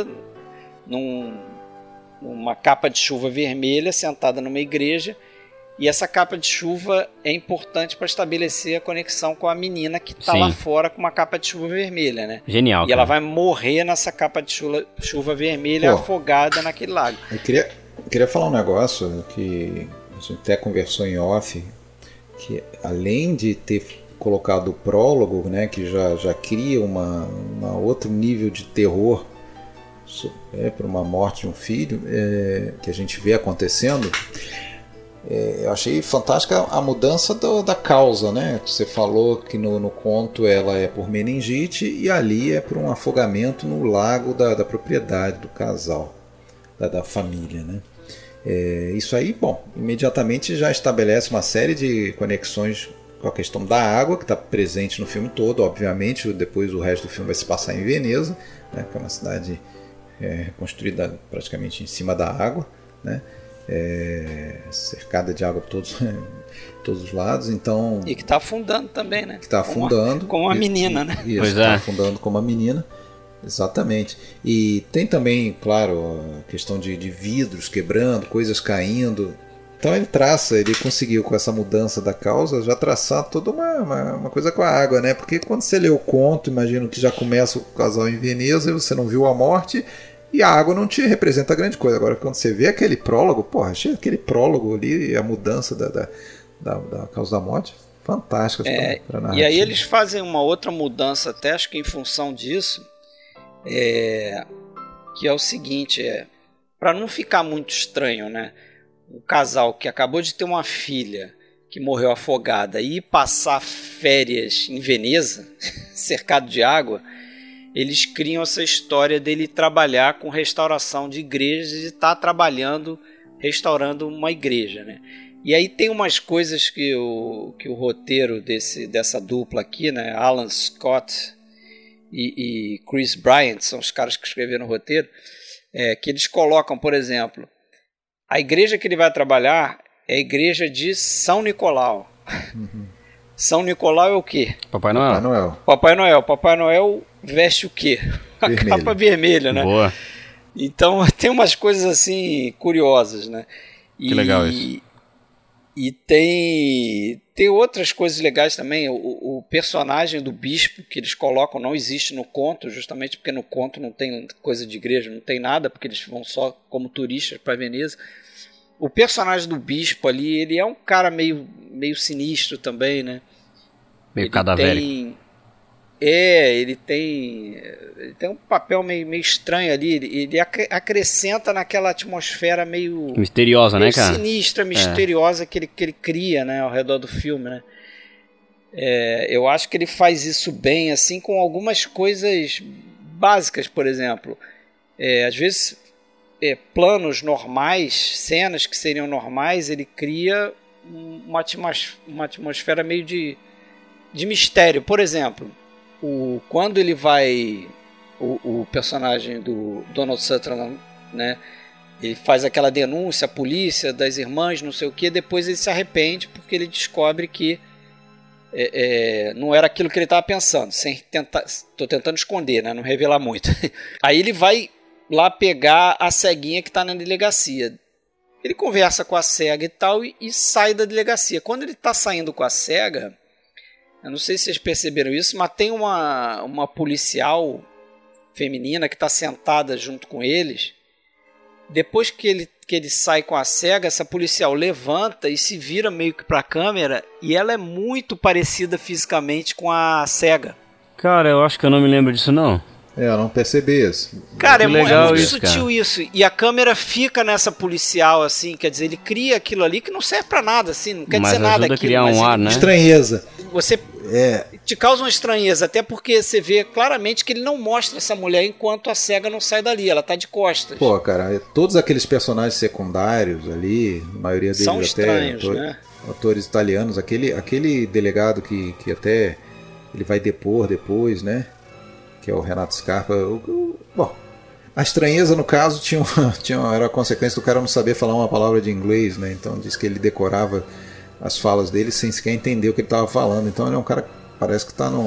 A: numa capa de chuva vermelha sentada numa igreja. E essa capa de chuva é importante para estabelecer a conexão com a menina que está lá fora com uma capa de chuva vermelha, né?
C: Genial.
A: E ela vai morrer nessa capa de chuva vermelha, afogada naquele lago.
B: Eu queria falar um negócio que a gente até conversou em off, que além de ter colocado o prólogo, né, que já cria uma outro nível de terror para uma morte de um filho, que a gente vê acontecendo. Eu achei fantástica a mudança da causa, né? Você falou que no conto ela é por meningite e ali é por um afogamento no lago da propriedade do casal, da família, né? Isso aí, bom, imediatamente já estabelece uma série de conexões com a questão da água, que está presente no filme todo, obviamente. Depois o resto do filme vai se passar em Veneza, né? Que é uma cidade construída praticamente em cima da água, né? Cercada de água por todos os lados, então...
A: E que está afundando também, né?
B: Que está afundando.
A: Como a menina, né?
B: Isso, está afundando como a menina, exatamente. E tem também, claro, a questão de vidros quebrando, coisas caindo. Então ele conseguiu com essa mudança da causa já traçar toda uma coisa com a água, né? Porque quando você lê o conto, imagino que já começa o casal em Veneza e você não viu a morte e a água não te representa grande coisa. Agora quando você vê aquele prólogo, porra, achei aquele prólogo ali, a mudança da causa da morte, fantástica pra narrativa.
A: E aí eles fazem uma outra mudança, até acho que em função disso, que é o seguinte, para não ficar muito estranho, né? Um casal que acabou de ter uma filha que morreu afogada e ir passar férias em Veneza, cercado de água, eles criam essa história dele trabalhar com restauração de igrejas e estar restaurando uma igreja, né? E aí tem umas coisas que o roteiro dessa dupla aqui, né, Alan Scott e Chris Bryant, são os caras que escreveram o roteiro, que eles colocam, por exemplo, a igreja que ele vai trabalhar é a igreja de São Nicolau. Uhum. São Nicolau é o quê?
C: Papai Noel.
A: Papai Noel veste o quê? A capa vermelha, né?
C: Boa.
A: Então tem umas coisas assim curiosas, né?
C: Que legal isso.
A: E tem outras coisas legais também. O personagem do bispo que eles colocam não existe no conto, justamente porque no conto não tem coisa de igreja, não tem nada, porque eles vão só como turistas para Veneza. O personagem do bispo ali, ele é um cara meio sinistro também, né?
C: Meio cadavérico.
A: Ele tem um papel meio estranho ali. Ele acrescenta naquela atmosfera meio
C: misteriosa, né, cara?
A: Sinistra, misteriosa que ele cria, né, ao redor do filme, né? Eu acho que ele faz isso bem, assim, com algumas coisas básicas, por exemplo. Às vezes, planos normais, cenas que seriam normais, ele cria uma atmosfera meio de mistério. Por exemplo, quando ele vai, o personagem do Donald Sutherland, né, ele faz aquela denúncia à polícia das irmãs, não sei o que, depois ele se arrepende porque ele descobre que não era aquilo que ele estava pensando, estou tentando esconder, né, não revelar muito. Aí ele vai lá pegar a ceguinha que está na delegacia. Ele conversa com a cega e tal e sai da delegacia. Quando ele está saindo com a cega, eu não sei se vocês perceberam isso, mas tem uma policial feminina que está sentada junto com eles. Depois que ele sai com a cega, essa policial levanta e se vira meio que para a câmera e ela é muito parecida fisicamente com a cega.
C: Cara, eu acho que eu não me lembro disso, não.
B: Eu não percebi isso.
A: Cara, é muito
C: isso,
A: sutil,
C: cara.
A: isso. E a câmera fica nessa policial, assim, quer dizer, ele cria aquilo ali que não serve pra nada, assim, não quer dizer nada
C: aquilo.
A: aquilo.
C: Criar um ar, né?
B: Estranheza.
A: Você te causa uma estranheza, até porque você vê claramente que ele não mostra essa mulher enquanto a cega não sai dali, ela tá de costas.
B: Pô, cara, todos aqueles personagens secundários ali, a maioria deles
A: são
B: até
A: estranhos, né?
B: Atores italianos, aquele delegado que até ele vai depor depois, né? Que é o Renato Scarpa. Bom, a estranheza no caso era a consequência do cara não saber falar uma palavra de inglês, né? Então diz que ele decorava as falas dele sem sequer entender o que ele estava falando. Então ele é um cara que parece que tá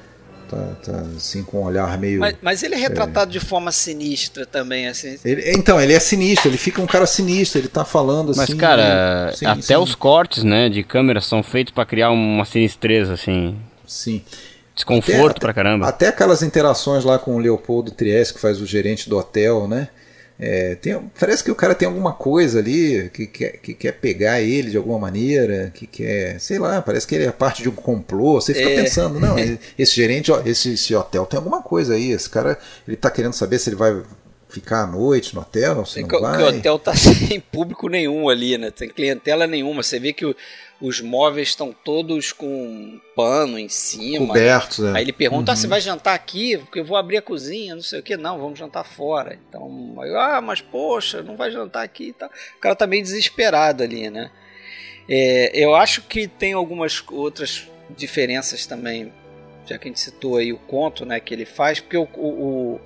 B: assim com um olhar meio...
A: Mas ele é retratado de forma sinistra também, assim.
B: Ele é sinistro, ele fica um cara sinistro, ele tá falando assim...
C: Mas, cara, até os cortes, né, de câmera são feitos para criar uma sinistreza, assim.
B: Sim.
C: Desconforto pra caramba.
B: Até aquelas interações lá com o Leopoldo Trieste, que faz o gerente do hotel, né? Parece que o cara tem alguma coisa ali que quer pegar ele de alguma maneira, que quer, sei lá, parece que ele é parte de um complô. Você fica pensando, não, esse gerente, esse hotel tem alguma coisa aí, esse cara, ele tá querendo saber se ele vai ficar à noite no hotel, se não vai.
A: O hotel tá sem público nenhum ali, né? Tem clientela nenhuma. Você vê que os móveis estão todos com pano em cima.
B: Cobertos,
A: Aí ele pergunta, você vai jantar aqui? Porque eu vou abrir a cozinha, não sei o que. Não, vamos jantar fora. Então, mas poxa, não vai jantar aqui e tal. O cara tá meio desesperado ali, né? Eu acho que tem algumas outras diferenças também, já que a gente citou aí o conto, né, que ele faz, porque o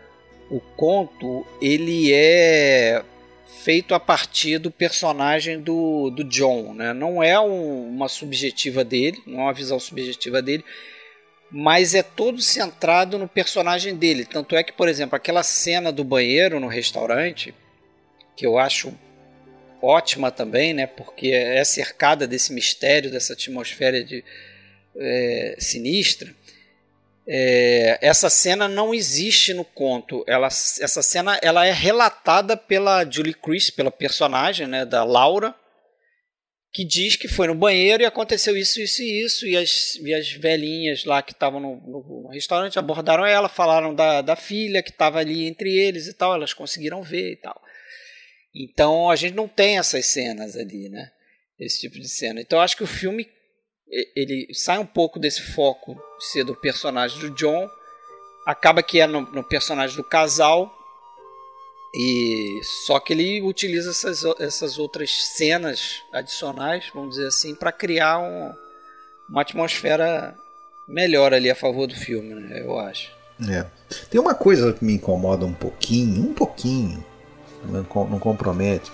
A: conto, ele é feito a partir do personagem do John, né? Não é uma subjetiva dele, não é uma visão subjetiva dele, mas é todo centrado no personagem dele. Tanto é que, por exemplo, aquela cena do banheiro no restaurante, que eu acho ótima também, né? Porque é cercada desse mistério, dessa atmosfera sinistra. Essa cena não existe no conto. Essa cena ela é relatada pela Julie Christie, pela personagem, né, da Laura, que diz que foi no banheiro e aconteceu isso, isso e isso, e as velhinhas lá que estavam no restaurante abordaram ela, falaram da filha que estava ali entre eles e tal, elas conseguiram ver e tal. Então a gente não tem essas cenas ali, né? Esse tipo de cena. Então eu acho que o filme ele sai um pouco desse foco de ser do personagem do John, acaba que é no personagem do casal, e só que ele utiliza essas outras cenas adicionais, vamos dizer assim, para criar uma atmosfera melhor ali a favor do filme, né? Eu acho.
B: Tem uma coisa que me incomoda um pouquinho, não compromete.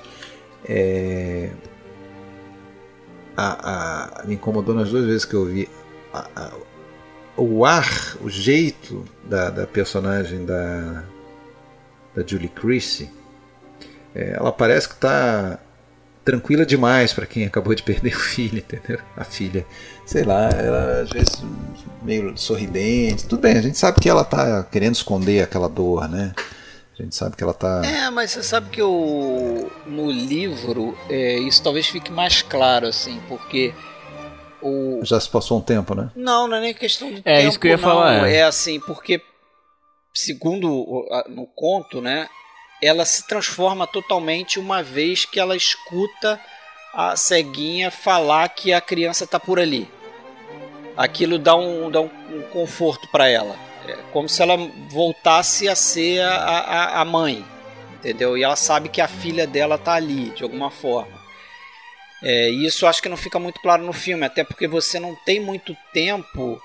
B: Me incomodou nas 2 vezes que eu vi o ar, o jeito da personagem da Julie Christie. Ela parece que está tranquila demais para quem acabou de perder o filho, entendeu? A filha, sei lá, ela às vezes meio sorridente. Tudo bem, a gente sabe que ela está querendo esconder aquela dor, né? A gente sabe que ela tá...
A: mas você sabe que no livro isso talvez fique mais claro, assim, porque
B: Já se passou um tempo, né?
A: Não é nem questão de tempo,
C: isso que eu ia falar.
A: É assim, porque segundo no conto, né, ela se transforma totalmente uma vez que ela escuta a ceguinha falar que a criança tá por ali. Aquilo dá um conforto para ela. É como se ela voltasse a ser a mãe, entendeu? E ela sabe que a filha dela tá ali, de alguma forma. E isso acho que não fica muito claro no filme, até porque você não tem muito tempo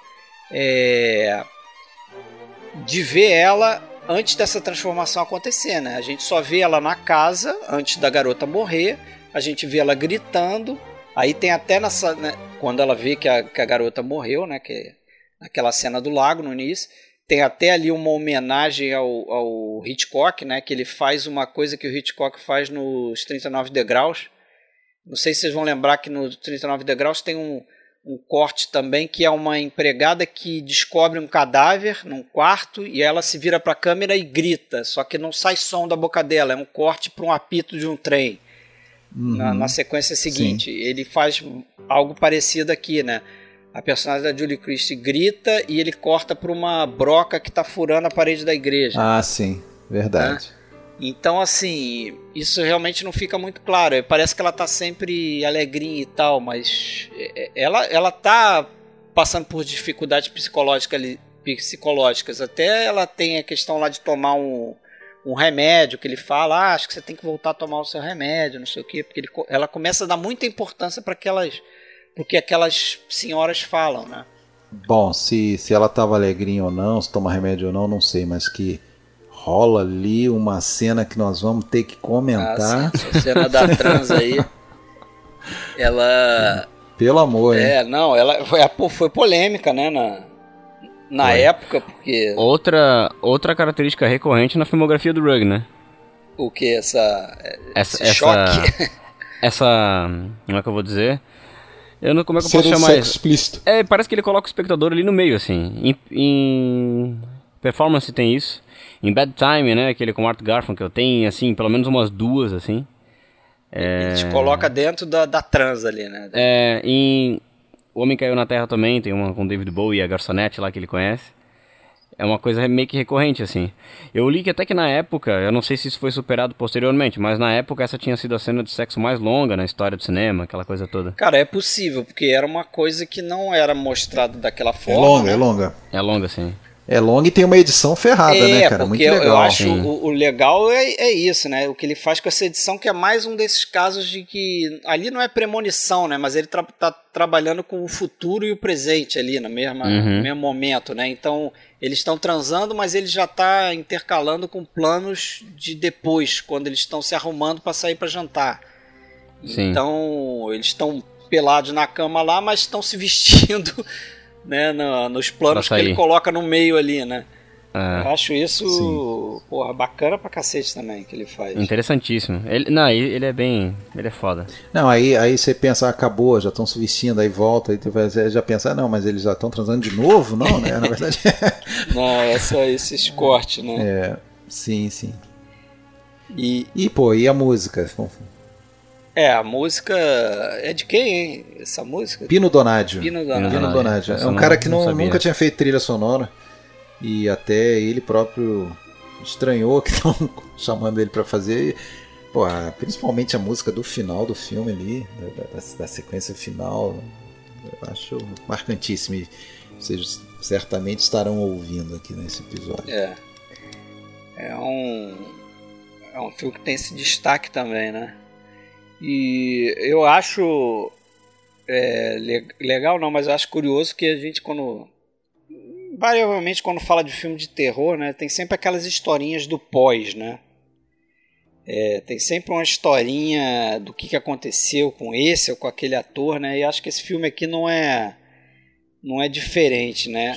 A: de ver ela antes dessa transformação acontecer, né? A gente só vê ela na casa antes da garota morrer, a gente vê ela gritando, aí tem até nessa, né, quando ela vê que a garota morreu, né, que é aquela cena do lago no início. Tem até ali uma homenagem ao Hitchcock, né? Que ele faz uma coisa que o Hitchcock faz nos 39 Degraus. Não sei se vocês vão lembrar que no 39 Degraus tem um corte também, que é uma empregada que descobre um cadáver num quarto e ela se vira para a câmera e grita, só que não sai som da boca dela, é um corte para um apito de um trem. Na sequência seguinte. Sim. Ele faz algo parecido aqui, né? A personagem da Julie Christie grita e ele corta para uma broca que está furando a parede da igreja.
B: Ah, sim. Verdade.
A: Né? Então, assim, isso realmente não fica muito claro. Parece que ela está sempre alegrinha e tal, mas ela está passando por dificuldades psicológicas. Até ela tem a questão lá de tomar um remédio, que ele fala, acho que você tem que voltar a tomar o seu remédio, não sei o quê. Porque ela começa a dar muita importância para porque aquelas senhoras falam, né?
B: Bom, se ela estava alegrinha ou não, se toma remédio ou não sei, mas que rola ali uma cena que nós vamos ter que comentar.
A: Sim, a cena da trans aí, ela...
B: Pelo amor, hein?
A: Não, ela foi polêmica, né, na época, porque...
C: Outra característica recorrente na filmografia do Rugg, né?
A: O que? Esse choque?
C: Como é que eu vou dizer? Como é que eu posso chamar isso?
B: Explícito.
C: Parece que ele coloca o espectador ali no meio, assim. Em Performance tem isso. Em Bad Time, né? Aquele com Art Garfunkel, tem, assim, pelo menos umas 2, assim.
A: Ele te coloca dentro da trans ali, né?
C: Em O Homem Caiu na Terra também, tem uma com David Bowie e a garçonete lá que ele conhece. É uma coisa meio que recorrente, assim. Eu li que até que na época, eu não sei se isso foi superado posteriormente, mas na época essa tinha sido a cena de sexo mais longa na história do cinema, aquela coisa toda.
A: Cara, é possível, porque era uma coisa que não era mostrada daquela forma.
B: É longa.
C: É longa, sim.
B: É longa e tem uma edição ferrada, né, cara? Muito legal.
A: Eu acho o legal é isso, né? O que ele faz com essa edição, que é mais um desses casos de que ali não é premonição, né? Mas ele tá trabalhando com o futuro e o presente ali no mesmo momento, né? Então eles estão transando, mas ele já tá intercalando com planos de depois, quando eles estão se arrumando para sair para jantar. Sim. Então eles estão pelados na cama lá, mas estão se vestindo, né, nos planos que ele coloca no meio ali, né? Eu acho isso, porra, bacana pra cacete também que ele faz.
C: Interessantíssimo. Ele é bem... Ele é foda.
B: Não, aí você pensa, acabou, já estão se vestindo, aí volta, aí você já pensa, não, mas eles já estão transando de novo? Não, né? Na verdade...
A: Não, é só esses cortes, né?
B: Sim. E a música?
A: A música é de quem, hein? Essa música?
B: Pino Donaggio.
A: Pino Donaggio.
B: É um cara que nunca tinha feito trilha sonora. E até ele próprio estranhou que estão chamando ele para fazer. Pô, principalmente a música do final do filme ali, da sequência final, eu acho marcantíssimo. E vocês certamente estarão ouvindo aqui nesse episódio.
A: É um filme que tem esse destaque também, né? E eu acho legal, não, mas eu acho curioso que a gente, variavelmente quando fala de filme de terror, né, tem sempre aquelas historinhas do pós, né? Tem sempre uma historinha do que aconteceu com esse ou com aquele ator, né? E acho que esse filme aqui não é diferente, né?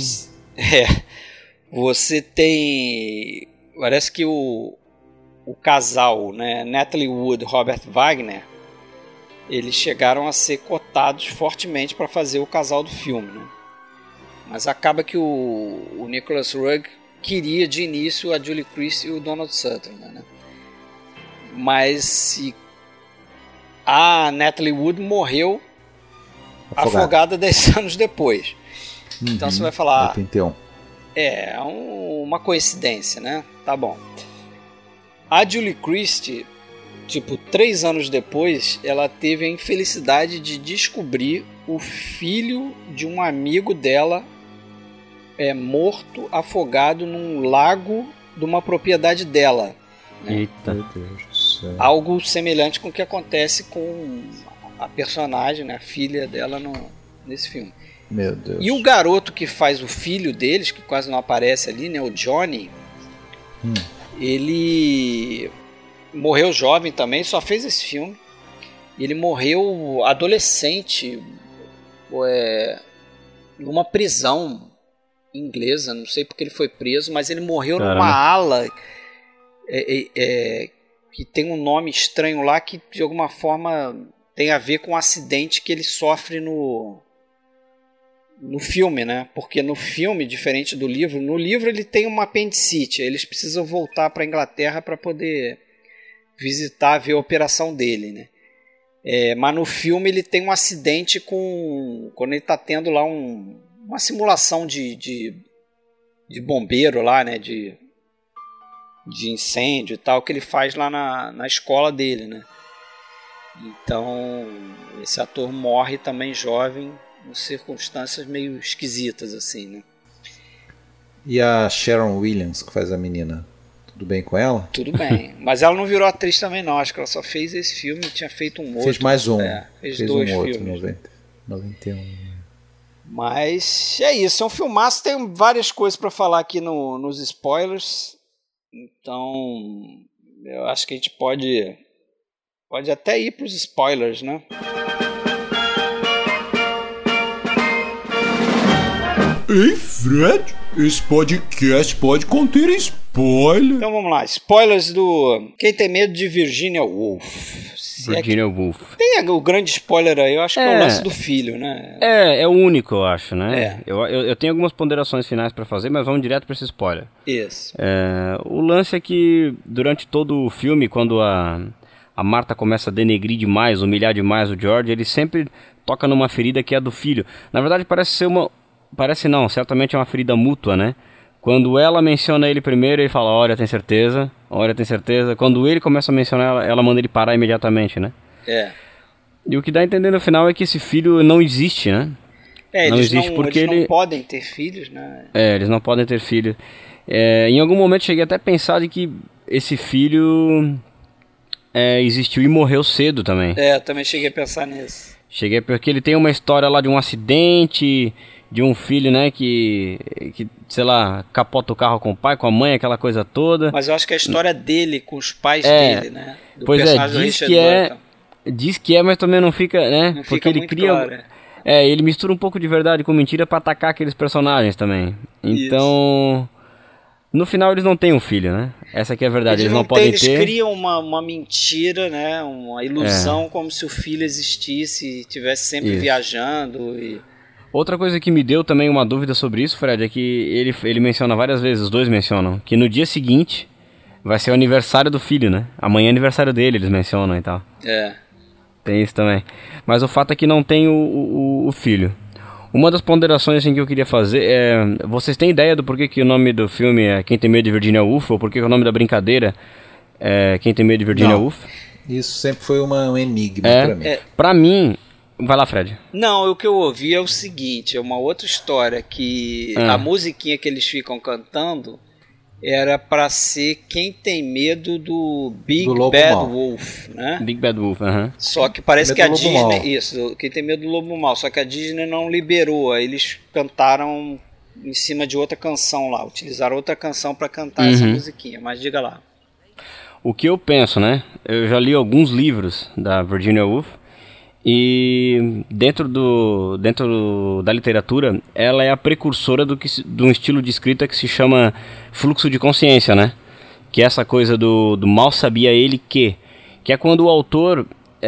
A: Você tem... Parece que o casal, né, Natalie Wood e Robert Wagner, eles chegaram a ser cotados fortemente para fazer o casal do filme, né? Mas acaba que o Nicholas Roeg queria de início a Julie Christie e o Donald Sutherland, né? Mas a Natalie Wood morreu afogada 10 anos depois. Então você vai falar... É uma coincidência, né? Tá bom. A Julie Christie, 3 anos depois, ela teve a infelicidade de descobrir o filho de um amigo dela morto, afogado num lago de uma propriedade dela. Né?
C: Eita. Meu Deus do céu.
A: Algo semelhante com o que acontece com a personagem, né, a filha dela nesse filme.
B: Meu Deus.
A: E o garoto que faz o filho deles, que quase não aparece ali, né, o Johnny, ele morreu jovem também, só fez esse filme. Ele morreu adolescente, numa prisão inglesa, não sei porque ele foi preso, mas ele morreu numa ala que tem um nome estranho lá, que de alguma forma tem a ver com um acidente que ele sofre no filme, né? Porque no filme, diferente do livro, no livro ele tem uma apendicite, eles precisam voltar para a Inglaterra para poder visitar, ver a operação dele, né? Mas no filme ele tem um acidente quando ele está tendo lá uma simulação de bombeiro lá, né? De incêndio e tal, que ele faz lá na escola dele, né? Então esse ator morre também jovem, em circunstâncias meio esquisitas assim, né?
B: E a Sharon Williams, que faz a menina, tudo bem com ela?
A: Tudo bem, mas ela não virou atriz também não, acho que ela só fez esse filme e tinha feito um outro.
B: Fez mais um.
A: Fez 2 filmes.
B: 91.
A: Mas é isso, é um filmaço, tem várias coisas para falar aqui nos spoilers, então eu acho que a gente pode até ir para os spoilers, né?
D: Ei, Fred, esse podcast pode conter spoiler.
A: Então vamos lá, spoilers do Quem Tem Medo de Virginia Woolf.
C: Virginia Woolf.
A: Tem o grande spoiler aí, eu acho que é o lance do filho, né?
C: É o único, eu acho, né? Eu tenho algumas ponderações finais pra fazer, mas vamos direto pra esse spoiler.
A: Isso.
C: O lance é que durante todo o filme, quando a Martha começa a denegrir demais, humilhar demais o George, ele sempre toca numa ferida que é a do filho. Na verdade parece ser Parece não, certamente é uma ferida mútua, né? Quando ela menciona ele primeiro, ele fala, olha, tem certeza? Olha, tem certeza? Quando ele começa a mencionar ela manda ele parar imediatamente, né? E o que dá a entender no final é que esse filho não existe, né?
A: Não existe porque eles não podem ter filhos, né?
C: Eles não podem ter filhos. Em algum momento cheguei até a pensar de que esse filho existiu e morreu cedo também.
A: Eu também cheguei a pensar nisso.
C: Cheguei porque ele tem uma história lá de um acidente, de um filho, né, que sei lá, capota o carro com o pai, com a mãe, aquela coisa toda.
A: Mas eu acho que a história dele com os pais dele, né?
C: Pois diz que é, mas também não fica, né?
A: Não
C: porque
A: fica
C: ele
A: muito
C: cria,
A: claro,
C: ele mistura um pouco de verdade com mentira pra atacar aqueles personagens também. Então, No final eles não têm um filho, né? Essa aqui é a verdade, eles não podem
A: eles
C: ter.
A: Eles criam uma mentira, né? Uma ilusão, como se o filho existisse e estivesse sempre viajando.
C: Outra coisa que me deu também uma dúvida sobre isso, Fred, é que ele menciona várias vezes, os dois mencionam, que no dia seguinte vai ser o aniversário do filho, né? Amanhã é aniversário dele, eles mencionam e tal. Tem isso também. Mas o fato é que não tem o filho. Uma das ponderações assim, que eu queria fazer é... Vocês têm ideia do porquê que o nome do filme é Quem Tem Medo de Virginia Woolf? Ou porquê que o nome da brincadeira é Quem Tem Medo de Virginia Woolf?
B: Isso sempre foi um enigma pra mim.
C: Pra mim... Vai lá, Fred.
A: Não, o que eu ouvi é o seguinte, é uma outra história, que a musiquinha que eles ficam cantando era pra ser Quem Tem Medo do Big Bad Wolf, né?
C: Big Bad Wolf,
A: Só que parece que a Disney... Isso, Quem Tem Medo do Lobo Mal. Só que a Disney não liberou. Aí eles cantaram em cima de outra canção lá. Utilizaram outra canção pra cantar essa musiquinha. Mas diga lá.
C: O que eu penso, né? Eu já li alguns livros da Virginia Woolf. E dentro da literatura, ela é a precursora de um estilo de escrita que se chama fluxo de consciência, né? Que é essa coisa do mal sabia ele que é quando o autor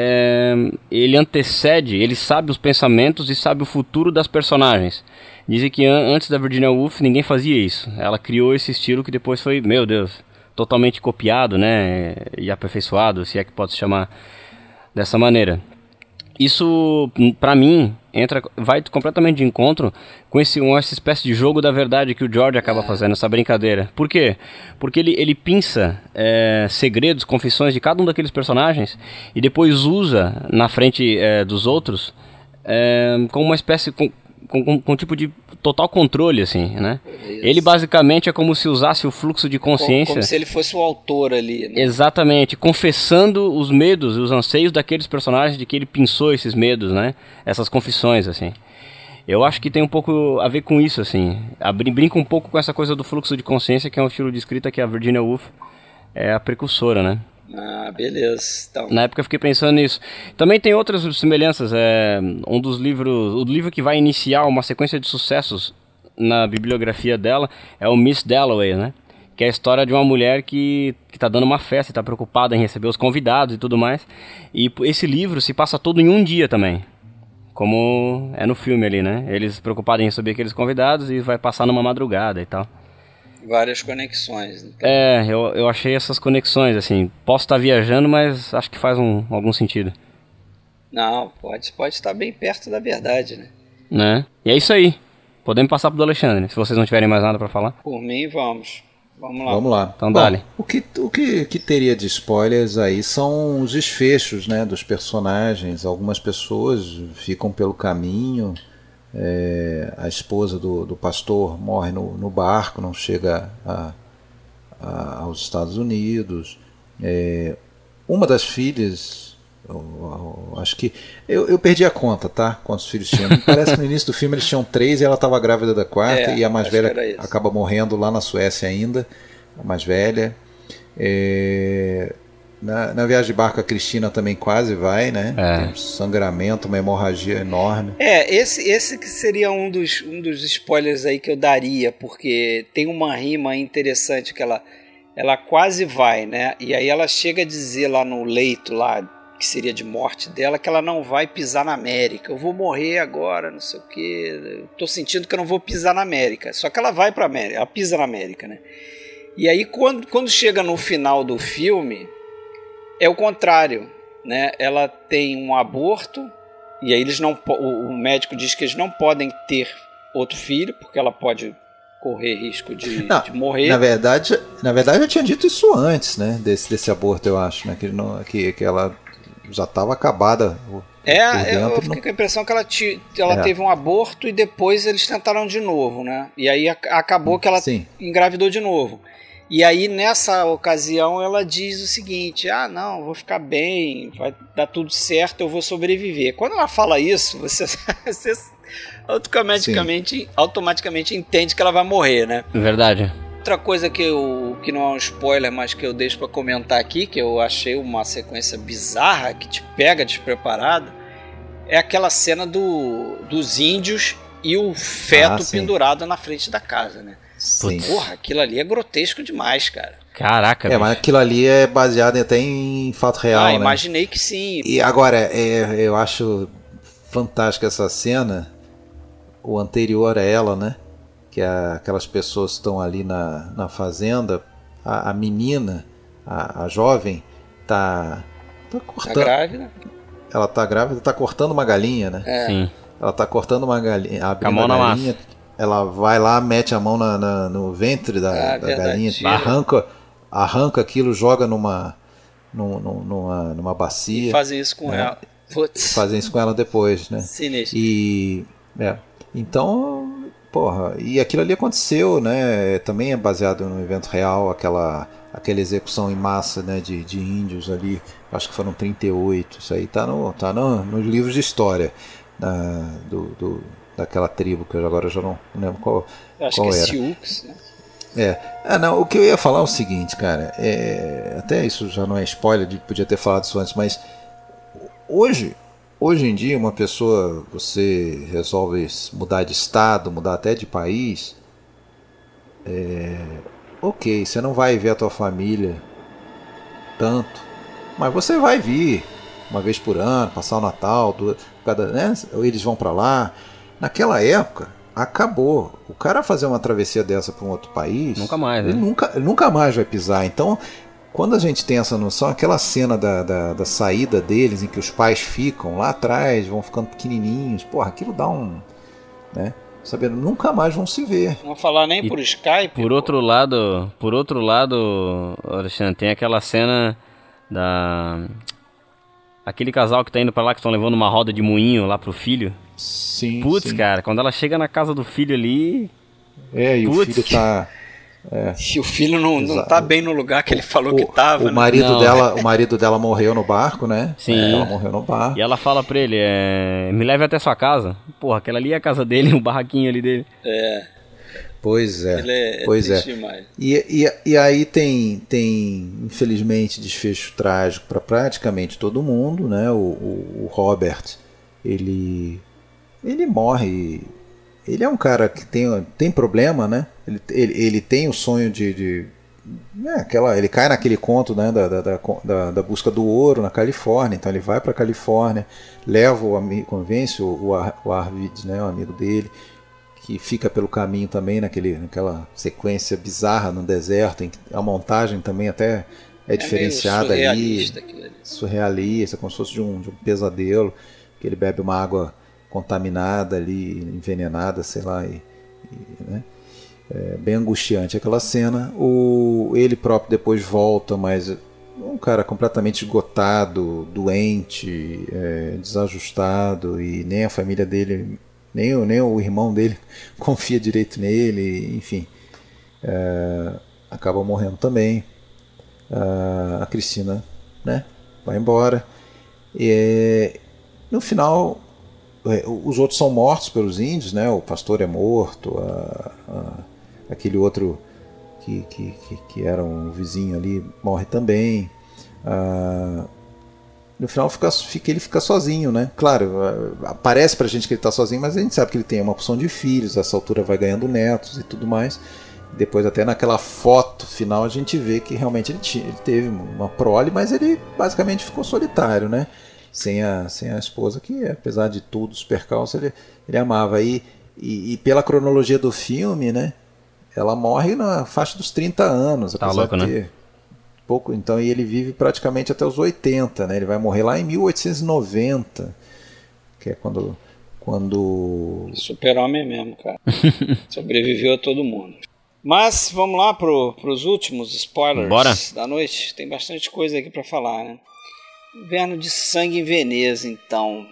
C: ele antecede, ele sabe os pensamentos e sabe o futuro das personagens. Dizem que antes da Virginia Woolf ninguém fazia isso. Ela criou esse estilo que depois foi, meu Deus, totalmente copiado, né? E aperfeiçoado, se é que pode se chamar dessa maneira. Isso, pra mim, vai completamente de encontro com essa espécie de jogo da verdade que o George acaba fazendo, essa brincadeira. Por quê? Porque ele pinça segredos, confissões de cada um daqueles personagens e depois usa na frente dos outros como uma espécie... Com um tipo de total controle, assim, né? Ele basicamente é como se usasse o fluxo de consciência...
A: Como se ele fosse o autor ali, né?
C: Exatamente, confessando os medos e os anseios daqueles personagens de que ele pensou esses medos, né? Essas confissões, assim. Eu acho que tem um pouco a ver com isso, assim. Brinca um pouco com essa coisa do fluxo de consciência, que é um estilo de escrita que a Virginia Woolf é a precursora, né?
A: Ah, beleza. Então...
C: Na época eu fiquei pensando nisso. Também tem outras semelhanças. Um dos livros, o livro que vai iniciar uma sequência de sucessos na bibliografia dela é o Miss Dalloway, né? Que é a história de uma mulher que tá dando uma festa e tá preocupada em receber os convidados e tudo mais. E esse livro se passa todo em um dia também. Como é no filme ali, né? Eles preocupados em receber aqueles convidados e vai passar numa madrugada e tal.
A: Várias conexões. Então.
C: Eu achei essas conexões, assim. Posso estar viajando, mas acho que faz algum sentido.
A: Não, pode estar bem perto da verdade,
C: né? E é isso aí. Podemos passar pro Alexandre, se vocês não tiverem mais nada pra falar.
A: Por mim, vamos.
B: Vamos lá.
C: Então, dale.
B: O que teria de spoilers aí são os desfechos, né, dos personagens. Algumas pessoas ficam pelo caminho. A esposa do pastor morre no barco, não chega aos Estados Unidos. Uma das filhas, acho que eu perdi a conta, tá? Quantos filhos tinham? Parece que no início do filme eles tinham 3 e ela estava grávida da 4ª, e a mais velha acaba morrendo lá na Suécia ainda, a mais velha. Na viagem de barco a Cristina também quase vai, né? Tem um sangramento, uma hemorragia enorme.
A: Esse que seria um dos spoilers aí que eu daria, porque tem uma rima interessante que ela quase vai, né? E aí ela chega a dizer lá no leito, lá, que seria de morte dela, que ela não vai pisar na América. Eu vou morrer agora, não sei o quê. Eu tô sentindo que eu não vou pisar na América. Só que ela vai pra América, ela pisa na América, né? E aí quando chega no final do filme... É o contrário, né? Ela tem um aborto e aí o médico diz que eles não podem ter outro filho porque ela pode correr risco de morrer.
B: Na verdade, eu tinha dito isso antes, né? Desse aborto, eu acho, né? Que ela já estava acabada.
A: Eu fiquei com a impressão que ela teve um aborto e depois eles tentaram de novo, né? E aí acabou que ela engravidou de novo. E aí, nessa ocasião, ela diz o seguinte: não, vou ficar bem, vai dar tudo certo, eu vou sobreviver. Quando ela fala isso, você automaticamente entende que ela vai morrer, né?
C: Verdade.
A: Outra coisa que não é um spoiler, mas que eu deixo pra comentar aqui, que eu achei uma sequência bizarra, que te pega despreparado, é aquela cena dos índios e o feto pendurado na frente da casa, né?
B: Sim.
A: Porra, aquilo ali é grotesco demais, cara.
C: Caraca, bicho.
B: Mas aquilo ali é baseado até em fato real, né?
A: Imaginei que sim.
B: E agora, eu acho fantástica essa cena, o anterior a ela, né? Que aquelas pessoas estão ali na fazenda, a menina, a jovem, tá cortando.
A: Tá grávida?
B: Ela tá grávida, tá cortando uma galinha, né?
C: Sim.
B: Ela tá cortando uma galinha,
C: Com a
B: abrindo
C: mão
B: a
C: na
B: galinha.
C: massa.
B: Ela vai lá, mete a mão no ventre da
A: Verdade,
B: galinha,
A: tira.
B: arranca aquilo, joga numa
A: E
B: bacia.
A: fazem isso com
B: né?
A: ela. Putz,
B: Fazem isso com ela depois, né?
A: sinistro.
B: Então, porra, e aquilo ali aconteceu, né? Também é baseado no evento real, aquela execução em massa, né, de índios ali, acho que foram 38, isso aí tá nos livros de história daquela tribo, que eu agora já não lembro qual
A: Acho que é
B: era.
A: Sioux, né?
B: Não, o que eu ia falar é o seguinte, cara, até isso já não é spoiler, podia ter falado isso antes, mas hoje em dia uma pessoa, você resolve mudar de estado, mudar até de país, ok, você não vai ver a tua família tanto, mas você vai vir uma vez por ano, passar o Natal, né? Eles vão para lá. Naquela época, acabou. O cara fazer uma travessia dessa para um outro país,
C: Nunca mais, né?
B: ele nunca mais vai pisar. Então, quando a gente tem essa noção, aquela cena da saída deles, em que os pais ficam lá atrás, vão ficando pequenininhos, porra, aquilo dá um... né? Sabendo, nunca mais vão se ver.
A: Não vou falar nem por Skype.
C: Por outro lado, Alexandre, tem aquela cena aquele casal que tá indo pra lá, que estão levando uma roda de moinho lá pro filho.
B: Sim.
C: Putz,
B: sim.
C: cara, quando ela chega na casa do filho ali...
B: E o filho tá...
A: Se o filho não tá bem no lugar que ele falou que tava,
B: o
A: né?
B: marido dela morreu no barco, né?
C: Sim.
B: Ela morreu no barco.
C: E ela fala pra ele, me leve até sua casa. Porra, aquela ali é a casa dele, o barraquinho ali dele.
B: Pois é.
A: Ele é
B: pois
A: triste demais.
B: E aí tem, infelizmente, desfecho trágico para praticamente todo mundo, né? O Robert, ele morre. Ele é um cara que tem problema, né? Ele tem o sonho ele cai naquele conto, né, da busca do ouro na Califórnia. Então ele vai para a Califórnia, leva o amigo, convence o Arvid, né, o amigo dele, que fica pelo caminho também naquela sequência bizarra no deserto, em que a montagem também até é diferenciada ali, surrealista, como se fosse de um pesadelo, que ele bebe uma água contaminada ali, envenenada, sei lá, né? É bem angustiante aquela cena. Ele próprio depois volta, mas um cara completamente esgotado, doente, desajustado, e nem a família dele, nem o irmão dele confia direito nele, enfim, acaba morrendo também. A Cristina, né, vai embora, e no final os outros são mortos pelos índios, né? O pastor é morto, aquele outro que era um vizinho ali morre também. No final ele fica sozinho, né? Claro, parece pra gente que ele está sozinho, mas a gente sabe que ele tem uma porção de filhos, a essa altura vai ganhando netos e tudo mais. Depois, até naquela foto final, a gente vê que realmente ele teve uma prole, mas ele basicamente ficou solitário, né? Sem a esposa, que apesar de tudo, os percalços, ele amava. E pela cronologia do filme, né, ela morre na faixa dos 30 anos, apesar
C: louco,
B: de ter,
C: né?
B: Pouco. Então, e ele vive praticamente até os 80, né? Ele vai morrer lá em 1890, que é quando
A: Super-homem mesmo, cara. Sobreviveu a todo mundo. Mas vamos lá pros últimos spoilers
C: Bora.
A: Da noite. Tem bastante coisa aqui para falar, né? Inverno de Sangue em Veneza, então.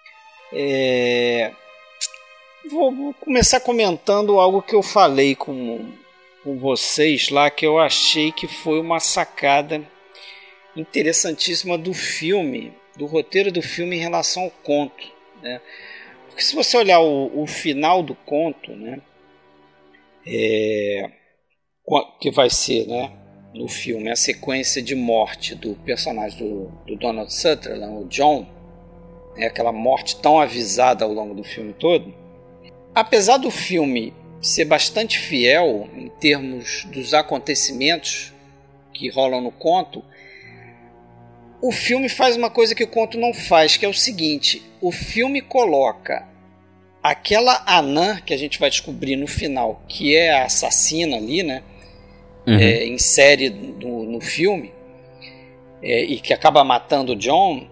A: Vou começar comentando algo que eu falei com vocês lá, que eu achei que foi uma sacada interessantíssima do filme, do roteiro do filme em relação ao conto, né? Porque se você olhar o final do conto, né, que vai ser, né, no filme, a sequência de morte do personagem do Donald Sutherland, o John, aquela morte tão avisada ao longo do filme todo. Apesar do filme ser bastante fiel em termos dos acontecimentos que rolam no conto, o filme faz uma coisa que o conto não faz, que é o seguinte: o filme coloca aquela Anã, que a gente vai descobrir no final, que é a assassina ali, né? Em série no filme, e que acaba matando o John,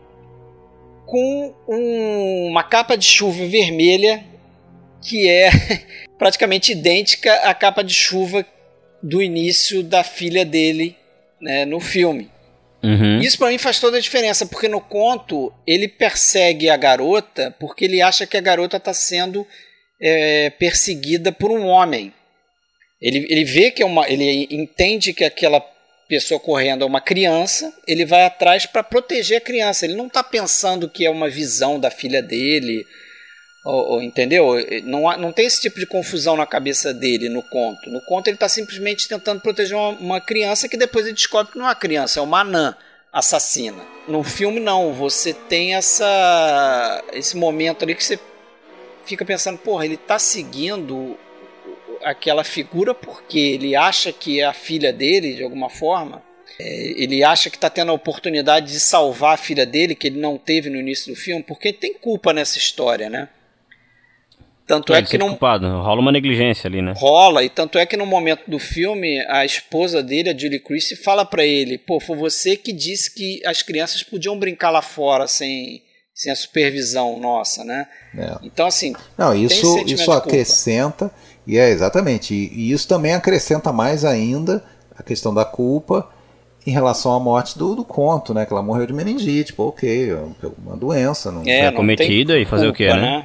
A: com uma capa de chuva vermelha que é praticamente idêntica à capa de chuva do início da filha dele, né, no filme. Isso pra mim faz toda a diferença, porque no conto ele persegue a garota porque ele acha que a garota está sendo perseguida por um homem. Ele vê que ele entende que aquela pessoa correndo é uma criança, ele vai atrás para proteger a criança. Ele não está pensando que é uma visão da filha dele, entendeu? Não tem esse tipo de confusão na cabeça dele no conto. No conto ele está simplesmente tentando proteger uma criança que depois ele descobre que não é uma criança, é uma anã assassina. No filme não, você tem esse momento ali que você fica pensando, porra, ele está seguindo aquela figura porque ele acha que é a filha dele de alguma forma. Ele acha que está tendo a oportunidade de salvar a filha dele, que ele não teve no início do filme, porque ele tem culpa nessa história, né? Tanto é que não
C: culpado. Rola uma negligência ali, né?
A: Rola, e tanto é que no momento do filme a esposa dele, a Julie Christie, fala pra ele: pô, foi você que disse que as crianças podiam brincar lá fora sem a supervisão nossa, né? Então assim,
B: não, isso acrescenta, e exatamente, e isso também acrescenta mais ainda a questão da culpa em relação à morte do conto, né? Que ela morreu de meningite, pô, ok, uma doença, não
C: foi cometida, e fazer culpa, o quê, né?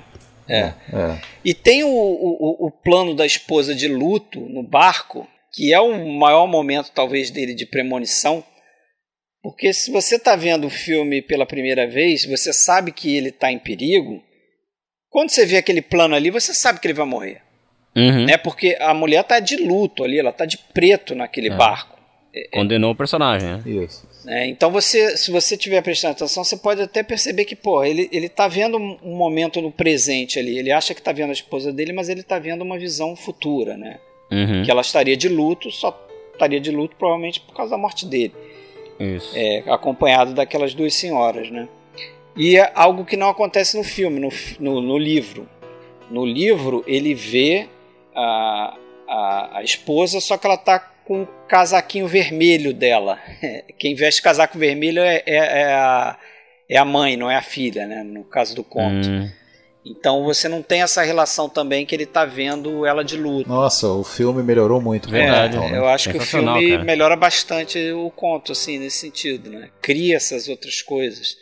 A: E tem o plano da esposa de luto no barco, que é o maior momento talvez dele de premonição, porque se você está vendo o filme pela primeira vez, você sabe que ele está em perigo. Quando você vê aquele plano ali, você sabe que ele vai morrer, né? Porque a mulher está de luto ali, ela está de preto naquele barco.
C: Condenou o personagem, né?
B: Isso.
A: Então se você estiver prestando atenção, você pode até perceber que, pô, ele tá vendo um momento no presente ali. Ele acha que tá vendo a esposa dele, mas ele tá vendo uma visão futura, né? Que ela estaria de luto, só estaria de luto provavelmente por causa da morte dele.
C: Isso.
A: Acompanhado daquelas duas senhoras, né? E é algo que não acontece no filme, no livro. No livro ele vê a esposa, só que ela tá com o casaquinho vermelho dela. Quem veste casaco vermelho é a mãe, não é a filha, né? No caso do conto. Então você não tem essa relação também que ele tá vendo ela de luto.
B: Nossa, o filme melhorou muito.
C: Verdade,
A: né? Eu acho que o filme melhora bastante o conto, assim, nesse sentido, né? Cria essas outras coisas.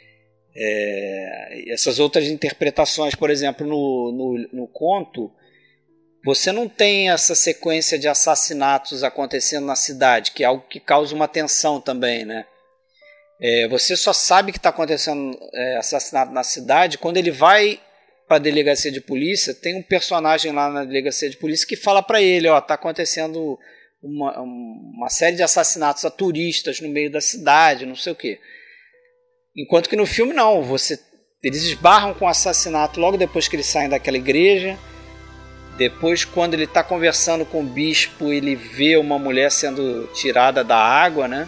A: Essas outras interpretações, por exemplo, no conto, você não tem essa sequência de assassinatos acontecendo na cidade, que é algo que causa uma tensão também, né? Você só sabe que está acontecendo assassinato na cidade quando ele vai para a delegacia de polícia. Tem um personagem lá na delegacia de polícia que fala para ele: ó, está acontecendo uma série de assassinatos a turistas no meio da cidade, não sei o quê. Enquanto que no filme não, eles esbarram com o assassinato logo depois que eles saem daquela igreja. Depois, quando ele está conversando com o bispo, ele vê uma mulher sendo tirada da água, né?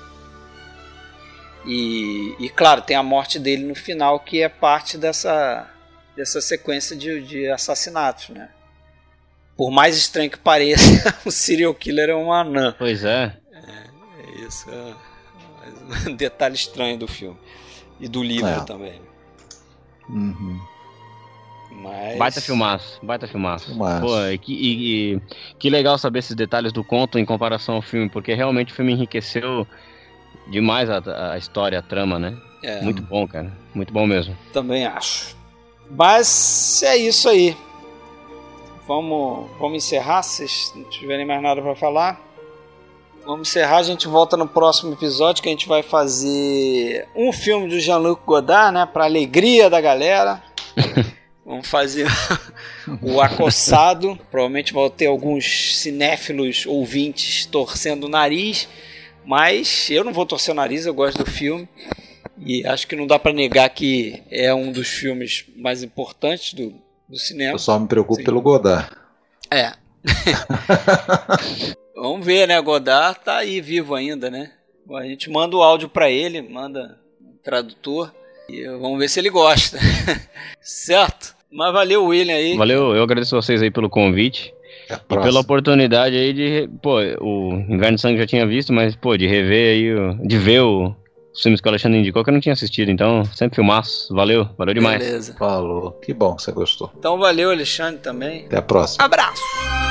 A: E claro, tem a morte dele no final, que é parte dessa sequência de assassinatos, né? Por mais estranho que pareça, o serial killer é um anã.
C: Pois é.
A: Isso. Um detalhe estranho do filme. E do livro também. Mas...
C: Baita filmaço. Pô, que legal saber esses detalhes do conto em comparação ao filme, porque realmente o filme enriqueceu demais a história, a trama, né? Muito bom, cara. Muito bom mesmo.
A: Também acho. Mas é isso aí. Vamos encerrar, se vocês não tiverem mais nada para falar. Vamos encerrar, a gente volta no próximo episódio, que a gente vai fazer um filme do Jean-Luc Godard, né? Pra alegria da galera. Vamos fazer o Acossado. Provavelmente vão ter alguns cinéfilos ouvintes torcendo o nariz, mas eu não vou torcer o nariz, eu gosto do filme. E acho que não dá para negar que é um dos filmes mais importantes do cinema.
B: Eu só me preocupo pelo Godard.
A: É. Vamos ver, né? Godard tá aí vivo ainda, né? A gente manda o áudio pra ele, manda um tradutor e vamos ver se ele gosta. Certo? Mas valeu, William, aí.
C: Valeu, eu agradeço vocês aí pelo convite. E pela oportunidade aí de... Pô, o Inverno de Sangue já tinha visto, mas, pô, de rever aí... De ver os filmes que o Alexandre indicou que eu não tinha assistido. Então, sempre filmaço. Valeu demais.
A: Beleza.
B: Falou. Que bom que você gostou.
A: Então valeu, Alexandre, também.
B: Até a próxima.
A: Abraço!